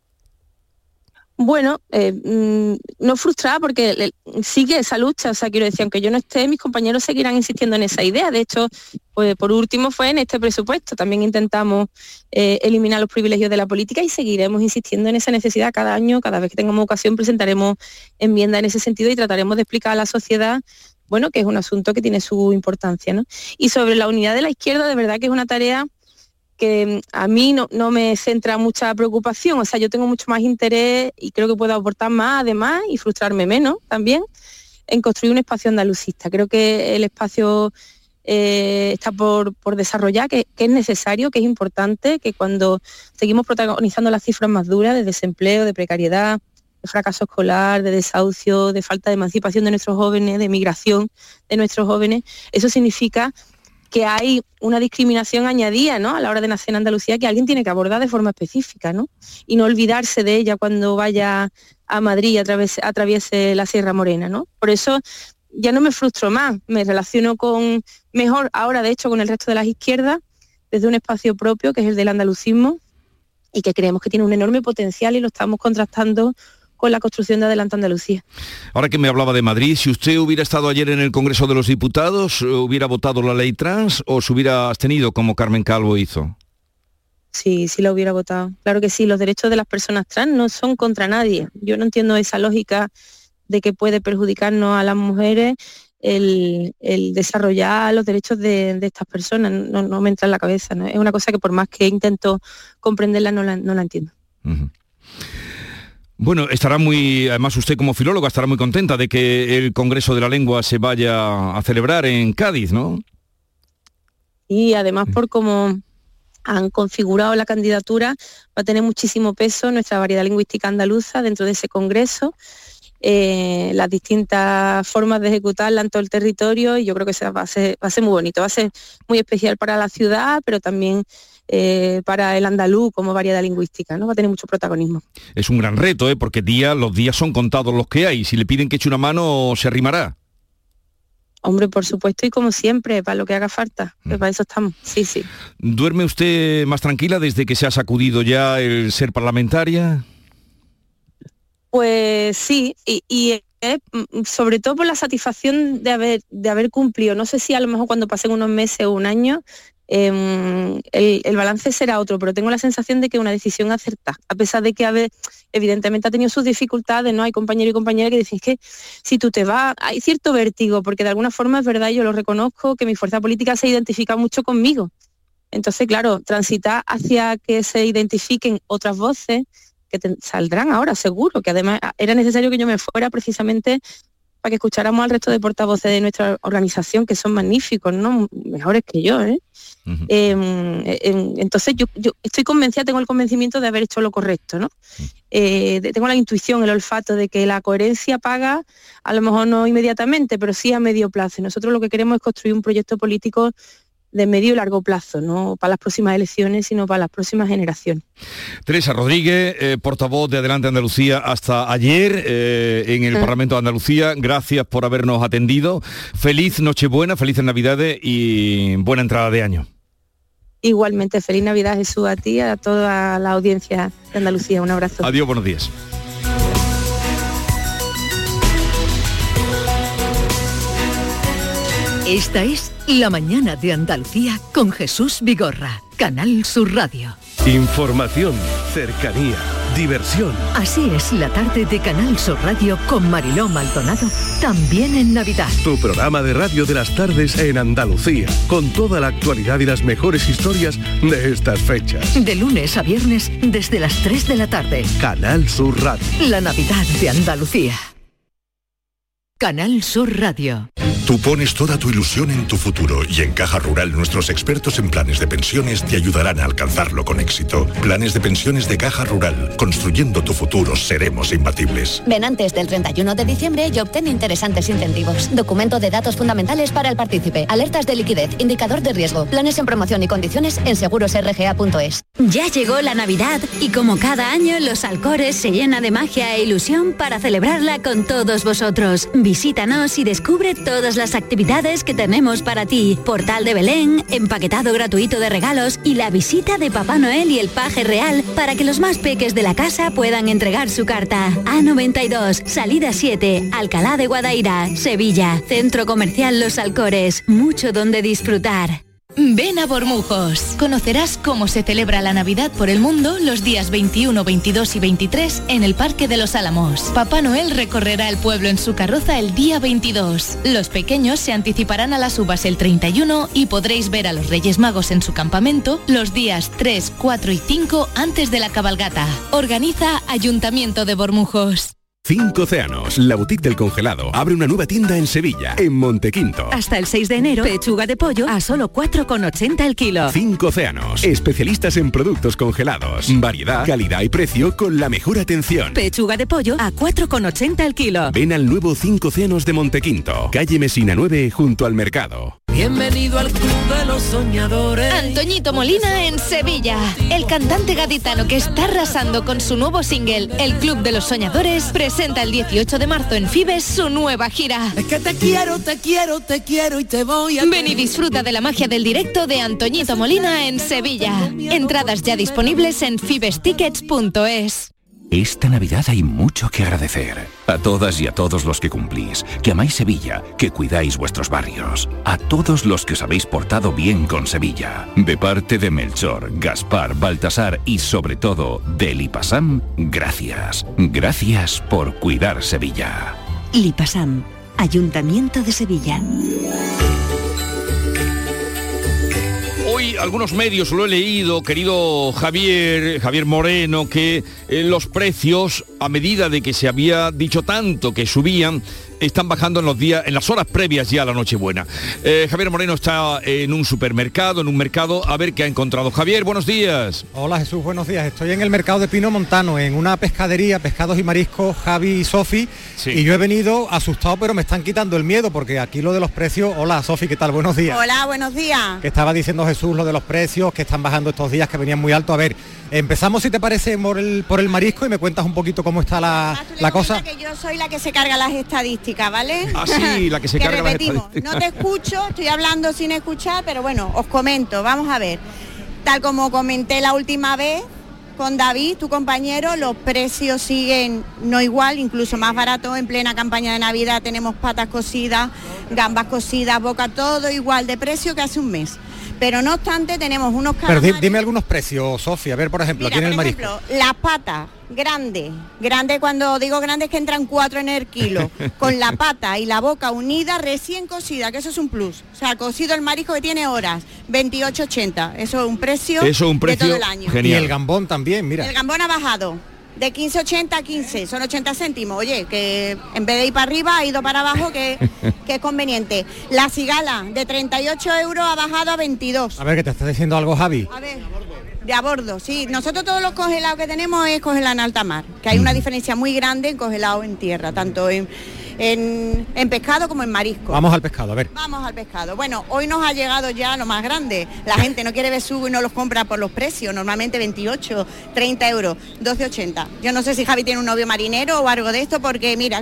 [SPEAKER 29] Bueno, eh, no frustrada porque sigue esa lucha, o sea, quiero decir, aunque yo no esté, mis compañeros seguirán insistiendo en esa idea. De hecho, pues por último fue en este presupuesto, también intentamos eh, eliminar los privilegios de la política y seguiremos insistiendo en esa necesidad cada año. Cada vez que tengamos ocasión presentaremos enmiendas en ese sentido y trataremos de explicar a la sociedad, bueno, que es un asunto que tiene su importancia, ¿no? Y sobre la unidad de la izquierda, de verdad que es una tarea que a mí no, no me centra mucha preocupación, o sea, yo tengo mucho más interés y creo que puedo aportar más además y frustrarme menos también en construir un espacio andalucista. Creo que el espacio eh, está por, por desarrollar, que, que es necesario, que es importante, que cuando seguimos protagonizando las cifras más duras de desempleo, de precariedad, de fracaso escolar, de desahucio, de falta de emancipación de nuestros jóvenes, de migración de nuestros jóvenes, eso significa que hay una discriminación añadida, ¿no?, a la hora de nacer en Andalucía, que alguien tiene que abordar de forma específica, ¿no?, y no olvidarse de ella cuando vaya a Madrid y atraviese, atraviese la Sierra Morena, ¿no? Por eso ya no me frustro más, me relaciono con mejor ahora, de hecho, con el resto de las izquierdas, desde un espacio propio, que es el del andalucismo, y que creemos que tiene un enorme potencial y lo estamos contrastando con la construcción de Adelante Andalucía.
[SPEAKER 2] Ahora que me hablaba de Madrid, si usted hubiera estado ayer en el Congreso de los Diputados, ¿hubiera votado la ley trans o se hubiera abstenido como Carmen Calvo hizo?
[SPEAKER 29] Sí, sí la hubiera votado. Claro que sí, los derechos de las personas trans no son contra nadie. Yo no entiendo esa lógica de que puede perjudicarnos a las mujeres el, el desarrollar los derechos de, de estas personas. No, no me entra en la cabeza, ¿no? Es una cosa que por más que intento comprenderla, no la, no la entiendo.
[SPEAKER 2] Uh-huh. Bueno, estará muy, además usted como filóloga estará muy contenta de que el Congreso de la Lengua se vaya a celebrar en Cádiz, ¿no?
[SPEAKER 29] Y además por cómo han configurado la candidatura, va a tener muchísimo peso nuestra variedad lingüística andaluza dentro de ese Congreso, eh, las distintas formas de ejecutarla en todo el territorio, y yo creo que se va a ser, va a ser muy bonito, va a ser muy especial para la ciudad, pero también Eh, para el andaluz como variedad lingüística, ¿no? Va a tener mucho protagonismo.
[SPEAKER 2] Es un gran reto, ¿eh? Porque día, los días son contados los que hay. Si le piden que eche una mano, se arrimará.
[SPEAKER 29] Hombre, por supuesto, y como siempre, para lo que haga falta, mm. para eso estamos, sí, sí.
[SPEAKER 2] ¿Duerme usted más tranquila desde que se ha sacudido ya el ser parlamentaria?
[SPEAKER 29] Pues sí, y, y eh, sobre todo por la satisfacción de haber, de haber cumplido. No sé si a lo mejor cuando pasen unos meses o un año, Eh, el, el balance será otro, pero tengo la sensación de que es una decisión acertada, a pesar de que haber, evidentemente ha tenido sus dificultades, ¿no? Hay compañeros y compañeras que dicen que si tú te vas, hay cierto vértigo, porque de alguna forma es verdad, yo lo reconozco, que mi fuerza política se identifica mucho conmigo, Entonces, claro, transitar hacia que se identifiquen otras voces que te saldrán ahora, seguro, que además era necesario que yo me fuera precisamente para que escucháramos al resto de portavoces de nuestra organización, que son magníficos, ¿no? Mejores que yo, ¿eh? Uh-huh. eh, eh entonces yo, yo estoy convencida, tengo el convencimiento de haber hecho lo correcto, ¿no? Eh, de, tengo la intuición, el olfato de que la coherencia paga, a lo mejor no inmediatamente, pero sí a medio plazo. Nosotros lo que queremos es construir un proyecto político de medio y largo plazo, no para las próximas elecciones, sino para las próximas generaciones.
[SPEAKER 2] Teresa Rodríguez, eh, portavoz de Adelante Andalucía hasta ayer eh, en el ah. Parlamento de Andalucía. Gracias por habernos atendido. Feliz Nochebuena, felices Navidades y buena entrada de año.
[SPEAKER 29] Igualmente, feliz Navidad, Jesús, a ti, a toda la audiencia de Andalucía. Un abrazo.
[SPEAKER 2] Adiós, buenos días.
[SPEAKER 1] Esta es La Mañana de Andalucía con Jesús Vigorra, Canal Sur Radio.
[SPEAKER 15] Información, cercanía, diversión.
[SPEAKER 1] Así es la tarde de Canal Sur Radio con Mariló Maldonado, también en Navidad.
[SPEAKER 15] Tu programa de radio de las tardes en Andalucía, con toda la actualidad y las mejores historias de estas fechas.
[SPEAKER 1] De lunes a viernes desde las tres de la tarde.
[SPEAKER 15] Canal Sur Radio.
[SPEAKER 1] La Navidad de Andalucía. Canal Sur Radio.
[SPEAKER 3] Tú pones toda tu ilusión en tu futuro y en Caja Rural nuestros expertos en planes de pensiones te ayudarán a alcanzarlo con éxito. Planes de pensiones de Caja Rural. Construyendo tu futuro seremos imbatibles.
[SPEAKER 4] Ven antes del treinta y uno de diciembre y obtén interesantes incentivos. Documento de datos fundamentales para el partícipe. Alertas de liquidez. Indicador de riesgo. Planes en promoción y condiciones en seguros r g a punto es.
[SPEAKER 17] Ya llegó la Navidad y como cada año Los Alcores se llena de magia e ilusión para celebrarla con todos vosotros. Visítanos y descubre todas las actividades que tenemos para ti. Portal de Belén, empaquetado gratuito de regalos y la visita de Papá Noel y el Paje Real para que los más peques de la casa puedan entregar su carta. A noventa y dos, salida siete, Alcalá de Guadaira, Sevilla. Centro Comercial Los Alcores. Mucho donde disfrutar.
[SPEAKER 20] Ven a Bormujos. Conocerás cómo se celebra la Navidad por el mundo los días veintiuno, veintidós y veintitrés en el Parque de los Álamos. Papá Noel recorrerá el pueblo en su carroza el día veintidós. Los pequeños se anticiparán a las uvas el treinta y uno y podréis ver a los Reyes Magos en su campamento los días tres, cuatro y cinco antes de la cabalgata. Organiza Ayuntamiento de Bormujos.
[SPEAKER 15] Cinco Océanos, la boutique del congelado, abre una nueva tienda en Sevilla, en Montequinto.
[SPEAKER 16] Hasta el seis de enero, pechuga de pollo a solo cuatro con ochenta el kilo.
[SPEAKER 15] Cinco Océanos, especialistas en productos congelados. Variedad, calidad y precio con la mejor atención.
[SPEAKER 16] Pechuga de pollo a cuatro con ochenta el kilo.
[SPEAKER 15] Ven al nuevo Cinco Océanos de Montequinto, calle Mesina nueve, junto al mercado.
[SPEAKER 6] Bienvenido al Club de los Soñadores.
[SPEAKER 20] Antoñito Molina en Sevilla. El cantante gaditano que está arrasando con su nuevo single, El Club de los Soñadores, presenta el dieciocho de marzo en Fibes su nueva gira.
[SPEAKER 6] Es que te quiero, te quiero, te quiero y te voy a...
[SPEAKER 20] Ven y disfruta de la magia del directo de Antoñito Molina en Sevilla. Entradas ya disponibles en fibes tickets punto es.
[SPEAKER 11] Esta Navidad hay mucho que agradecer. A todas y a todos los que cumplís, que amáis Sevilla, que cuidáis vuestros barrios. A todos los que os habéis portado bien con Sevilla. De parte de Melchor, Gaspar, Baltasar y sobre todo de Lipasam, gracias. Gracias por cuidar Sevilla.
[SPEAKER 17] Lipasam, Ayuntamiento de Sevilla.
[SPEAKER 2] Hoy algunos medios lo he leído, querido Javier, Javier Moreno, que eh, los precios, a medida de que se había dicho tanto que subían, están bajando en los días, en las horas previas ya a la Nochebuena. Eh, Javier Moreno está en un supermercado, en un mercado, a ver qué ha encontrado. Javier, buenos días.
[SPEAKER 22] Hola Jesús, buenos días. Estoy en el mercado de Pino Montano, en una pescadería, pescados y mariscos, Javi y Sofi, sí. Y yo he venido asustado, pero me están quitando el miedo, porque aquí lo de los precios... Hola Sofi, ¿qué tal? Buenos días.
[SPEAKER 23] Hola, buenos días.
[SPEAKER 22] Que estaba diciendo Jesús lo de los precios, que están bajando estos días, que venían muy altos. A ver, empezamos, si te parece, por el, por el marisco y me cuentas un poquito cómo está la, la cosa.
[SPEAKER 23] Que yo soy la que se carga las estadísticas, ¿vale?
[SPEAKER 2] Ah, sí, la que se
[SPEAKER 23] que
[SPEAKER 2] carga
[SPEAKER 23] repetimos.
[SPEAKER 2] las estadísticas.
[SPEAKER 23] No te escucho, estoy hablando sin escuchar, pero bueno, os comento, vamos a ver. Tal como comenté la última vez con David, tu compañero, los precios siguen no igual, incluso más baratos. En plena campaña de Navidad tenemos patas cocidas, gambas cocidas, boca, todo igual de precio que hace un mes. Pero no obstante tenemos unos
[SPEAKER 22] Pero
[SPEAKER 23] calamares.
[SPEAKER 22] di- dime algunos precios, Sofía. A ver, por ejemplo,
[SPEAKER 23] Mira,
[SPEAKER 22] aquí en el
[SPEAKER 23] por
[SPEAKER 22] marisco.
[SPEAKER 23] ejemplo, las patas, grandes, grandes cuando digo grandes que entran cuatro en el kilo, con la pata y la boca unida, recién cocida, que eso es un plus. O sea, cocido el marisco que tiene horas, veintiocho ochenta. Eso es un precio,
[SPEAKER 2] Eso es un precio
[SPEAKER 23] de todo el año.
[SPEAKER 2] genial.
[SPEAKER 22] Y el gambón también, mira.
[SPEAKER 23] El gambón ha bajado de quince ochenta a quince, son ochenta céntimos. Oye, que en vez de ir para arriba ha ido para abajo, que, que es conveniente. La cigala de treinta y ocho euros ha bajado a veintidós.
[SPEAKER 22] A ver, que te está diciendo algo, Javi.
[SPEAKER 23] A ver, de a bordo, sí. Nosotros todos los congelados que tenemos es congelado en alta mar, que hay una diferencia muy grande en congelado en tierra, tanto en, en, en pescado como en marisco.
[SPEAKER 22] Vamos al pescado, a ver.
[SPEAKER 23] Vamos al pescado. Bueno, hoy nos ha llegado ya lo más grande. La gente no quiere besugo y no los compra por los precios. Normalmente veintiocho, treinta euros, doce ochenta. Yo no sé si Javi tiene un novio marinero o algo de esto, porque mira...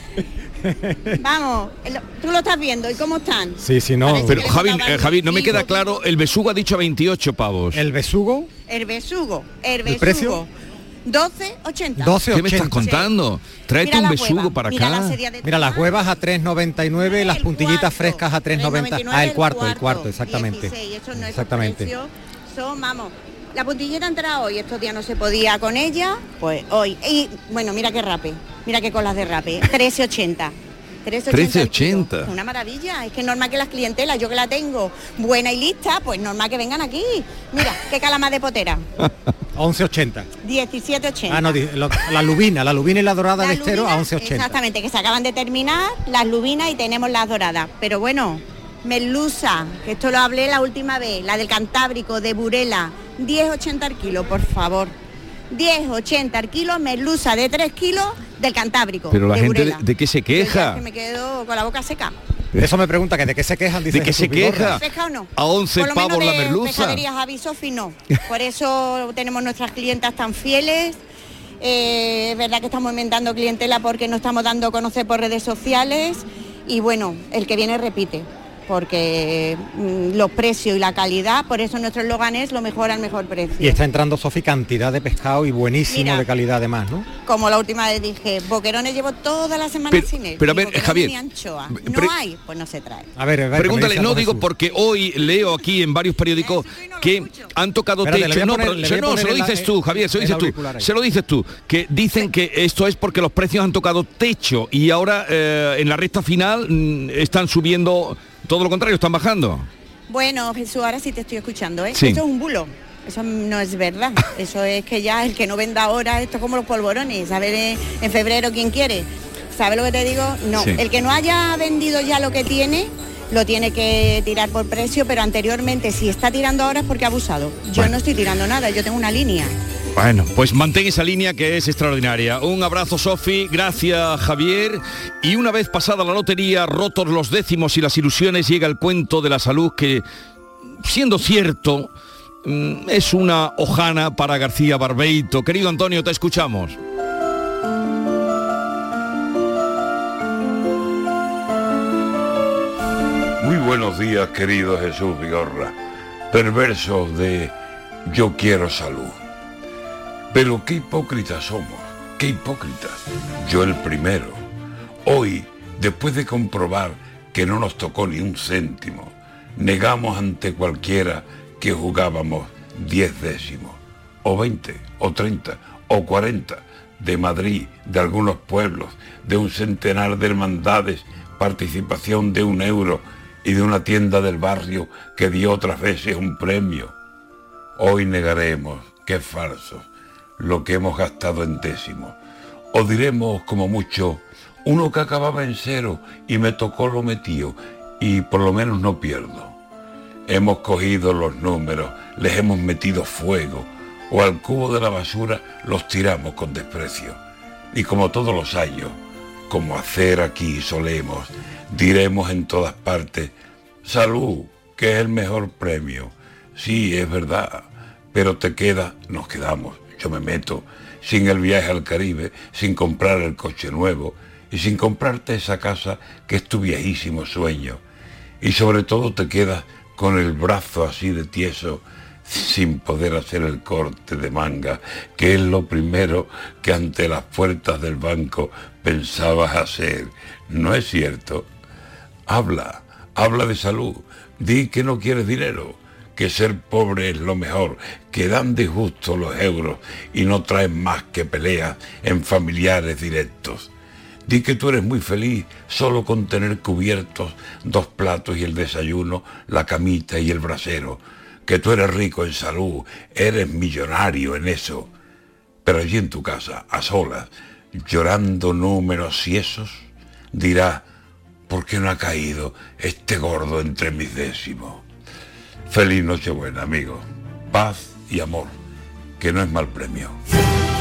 [SPEAKER 23] Vamos, tú lo estás viendo, ¿y cómo están?
[SPEAKER 22] Sí, sí, no.
[SPEAKER 2] Pero Javi, eh, Javi, no me queda claro, el besugo ha dicho veintiocho pavos.
[SPEAKER 22] ¿El besugo?
[SPEAKER 23] El besugo, el
[SPEAKER 2] ¿El
[SPEAKER 23] besugo.
[SPEAKER 2] precio?
[SPEAKER 23] doce ochenta.
[SPEAKER 2] ¿Qué me estás contando? Tráete
[SPEAKER 23] Mira
[SPEAKER 2] un
[SPEAKER 23] la
[SPEAKER 2] besugo
[SPEAKER 23] hueva,
[SPEAKER 2] para
[SPEAKER 23] mira
[SPEAKER 2] acá.
[SPEAKER 23] la serie de-
[SPEAKER 22] Mira, las huevas a tres noventa y nueve, las puntillitas frescas a tres noventa. Ah, el cuarto, el cuarto, exactamente.
[SPEAKER 23] dieciséis, eso no es
[SPEAKER 22] Exactamente.
[SPEAKER 23] precio, son, vamos, la puntillita entra hoy, estos días no se podía con ella, pues hoy. Y bueno, mira qué rape, mira qué colas de rape, trece ochenta.
[SPEAKER 2] trece ochenta.
[SPEAKER 23] Una maravilla, es que es normal que las clientelas, yo que la tengo buena y lista, pues normal que vengan aquí. Mira, qué calamar de potera,
[SPEAKER 22] once ochenta.
[SPEAKER 23] diecisiete ochenta.
[SPEAKER 22] Ah, no, di- lo- la lubina, la lubina y la dorada de estero a once ochenta.
[SPEAKER 23] Exactamente, que se acaban de terminar las lubinas y tenemos las doradas. Pero bueno, merluza, que esto lo hablé la última vez, la del Cantábrico, de Burela, diez ochenta al kilo, por favor. diez ochenta al kilo, merluza de tres kilos del Cantábrico.
[SPEAKER 2] Pero la
[SPEAKER 23] de
[SPEAKER 2] gente,
[SPEAKER 23] Burela.
[SPEAKER 2] ¿de, de qué se
[SPEAKER 23] Yo ya
[SPEAKER 2] queja?
[SPEAKER 23] que me quedo con la boca seca.
[SPEAKER 22] Eso me pregunta, que de qué se quejan, dice
[SPEAKER 2] ¿De qué se
[SPEAKER 22] Jesús Vigorra.
[SPEAKER 2] queja?
[SPEAKER 23] ¿Pesca o no?
[SPEAKER 2] A once
[SPEAKER 23] Por lo
[SPEAKER 2] pavos
[SPEAKER 23] menos
[SPEAKER 2] la
[SPEAKER 23] de
[SPEAKER 2] merluza.
[SPEAKER 23] Pescadería Javi Sofi no. Por eso tenemos nuestras clientas tan fieles. Eh, es verdad que estamos inventando clientela porque nos estamos dando a conocer por redes sociales y bueno, el que viene repite, porque mm, los precios y la calidad, por eso nuestro eslogan es lo mejor al mejor precio.
[SPEAKER 22] Y está entrando, Sofi, cantidad de pescado y buenísimo
[SPEAKER 23] Mira.
[SPEAKER 22] de calidad además, ¿no?
[SPEAKER 23] Como la última vez dije, boquerones llevo toda la semana
[SPEAKER 2] Pero-
[SPEAKER 23] sin él.
[SPEAKER 2] pero a
[SPEAKER 23] Ni
[SPEAKER 2] ver,
[SPEAKER 23] boquerones
[SPEAKER 2] Javier,
[SPEAKER 23] ni anchoa. No
[SPEAKER 2] pre-
[SPEAKER 23] hay, pues no se trae.
[SPEAKER 22] A ver, a ver,
[SPEAKER 2] Pregúntale,
[SPEAKER 22] que me
[SPEAKER 2] no
[SPEAKER 22] dice
[SPEAKER 2] digo
[SPEAKER 22] Jesús.
[SPEAKER 2] porque hoy leo aquí en varios periódicos que han tocado
[SPEAKER 22] Espérate, le voy
[SPEAKER 2] techo.
[SPEAKER 22] a
[SPEAKER 2] No,
[SPEAKER 22] poner-
[SPEAKER 2] pero
[SPEAKER 22] le
[SPEAKER 2] se-
[SPEAKER 22] voy a
[SPEAKER 2] no,
[SPEAKER 22] poner
[SPEAKER 2] se lo
[SPEAKER 22] el-
[SPEAKER 2] dices tú, Javier, se lo
[SPEAKER 22] el
[SPEAKER 2] dices tú.
[SPEAKER 22] auricular ahí.
[SPEAKER 2] Se lo dices tú, que dicen que esto es porque los precios han tocado techo y ahora eh, en la recta final mm, están subiendo, todo lo contrario, están bajando.
[SPEAKER 23] Bueno, Jesús, ahora sí te estoy escuchando, ¿eh?
[SPEAKER 2] Sí.
[SPEAKER 23] Eso es un bulo. Eso no es verdad. Eso es que ya el que no venda ahora, esto es como los polvorones, a ver en, en febrero quién quiere. ¿Sabes lo que te digo? No.
[SPEAKER 2] Sí.
[SPEAKER 23] El que no haya vendido ya lo que tiene, lo tiene que tirar por precio, pero anteriormente, si está tirando ahora es porque ha abusado. Yo
[SPEAKER 2] Bueno.
[SPEAKER 23] no estoy tirando nada, yo tengo una línea.
[SPEAKER 2] Bueno, pues mantén esa línea que es extraordinaria. Un abrazo, Sofi, gracias, Javier. Y una vez pasada la lotería, rotos los décimos y las ilusiones, llega el cuento de la salud que, siendo cierto, mm, es una hojana para García Barbeito. Querido Antonio, te escuchamos.
[SPEAKER 5] Muy buenos días, querido Jesús Vigorra, perversos de yo quiero salud. Pero qué hipócritas somos, qué hipócritas. Yo el primero. Hoy, después de comprobar que no nos tocó ni un céntimo, negamos ante cualquiera que jugábamos diez décimos, o veinte, o treinta, o cuarenta, de Madrid, de algunos pueblos, de un centenar de hermandades, participación de un euro y de una tienda del barrio que dio otras veces un premio. Hoy negaremos, que es falso, lo que hemos gastado en décimos. O diremos, como mucho, uno que acababa en cero y me tocó lo metió y por lo menos no pierdo. Hemos cogido los números, les hemos metido fuego, o al cubo de la basura los tiramos con desprecio. Y como todos los años, como hacer aquí solemos, diremos en todas partes, salud, que es el mejor premio. Sí, es verdad, pero te queda, nos quedamos, yo me meto, sin el viaje al Caribe, sin comprar el coche nuevo y sin comprarte esa casa que es tu viejísimo sueño. Y sobre todo te quedas con el brazo así de tieso, sin poder hacer el corte de manga, que es lo primero que ante las puertas del banco pensabas hacer. ¿No es cierto? Habla, habla de salud, di que no quieres dinero, que ser pobre es lo mejor, que dan disgusto los euros y no traen más que peleas en familiares directos. Di que tú eres muy feliz solo con tener cubiertos dos platos y el desayuno, la camita y el brasero, que tú eres rico en salud, eres millonario en eso. Pero allí en tu casa, a solas, llorando números y esos, dirás, ¿por qué no ha caído este gordo entre mis décimos? Feliz Nochebuena, amigo. Paz y amor, que no es mal premio.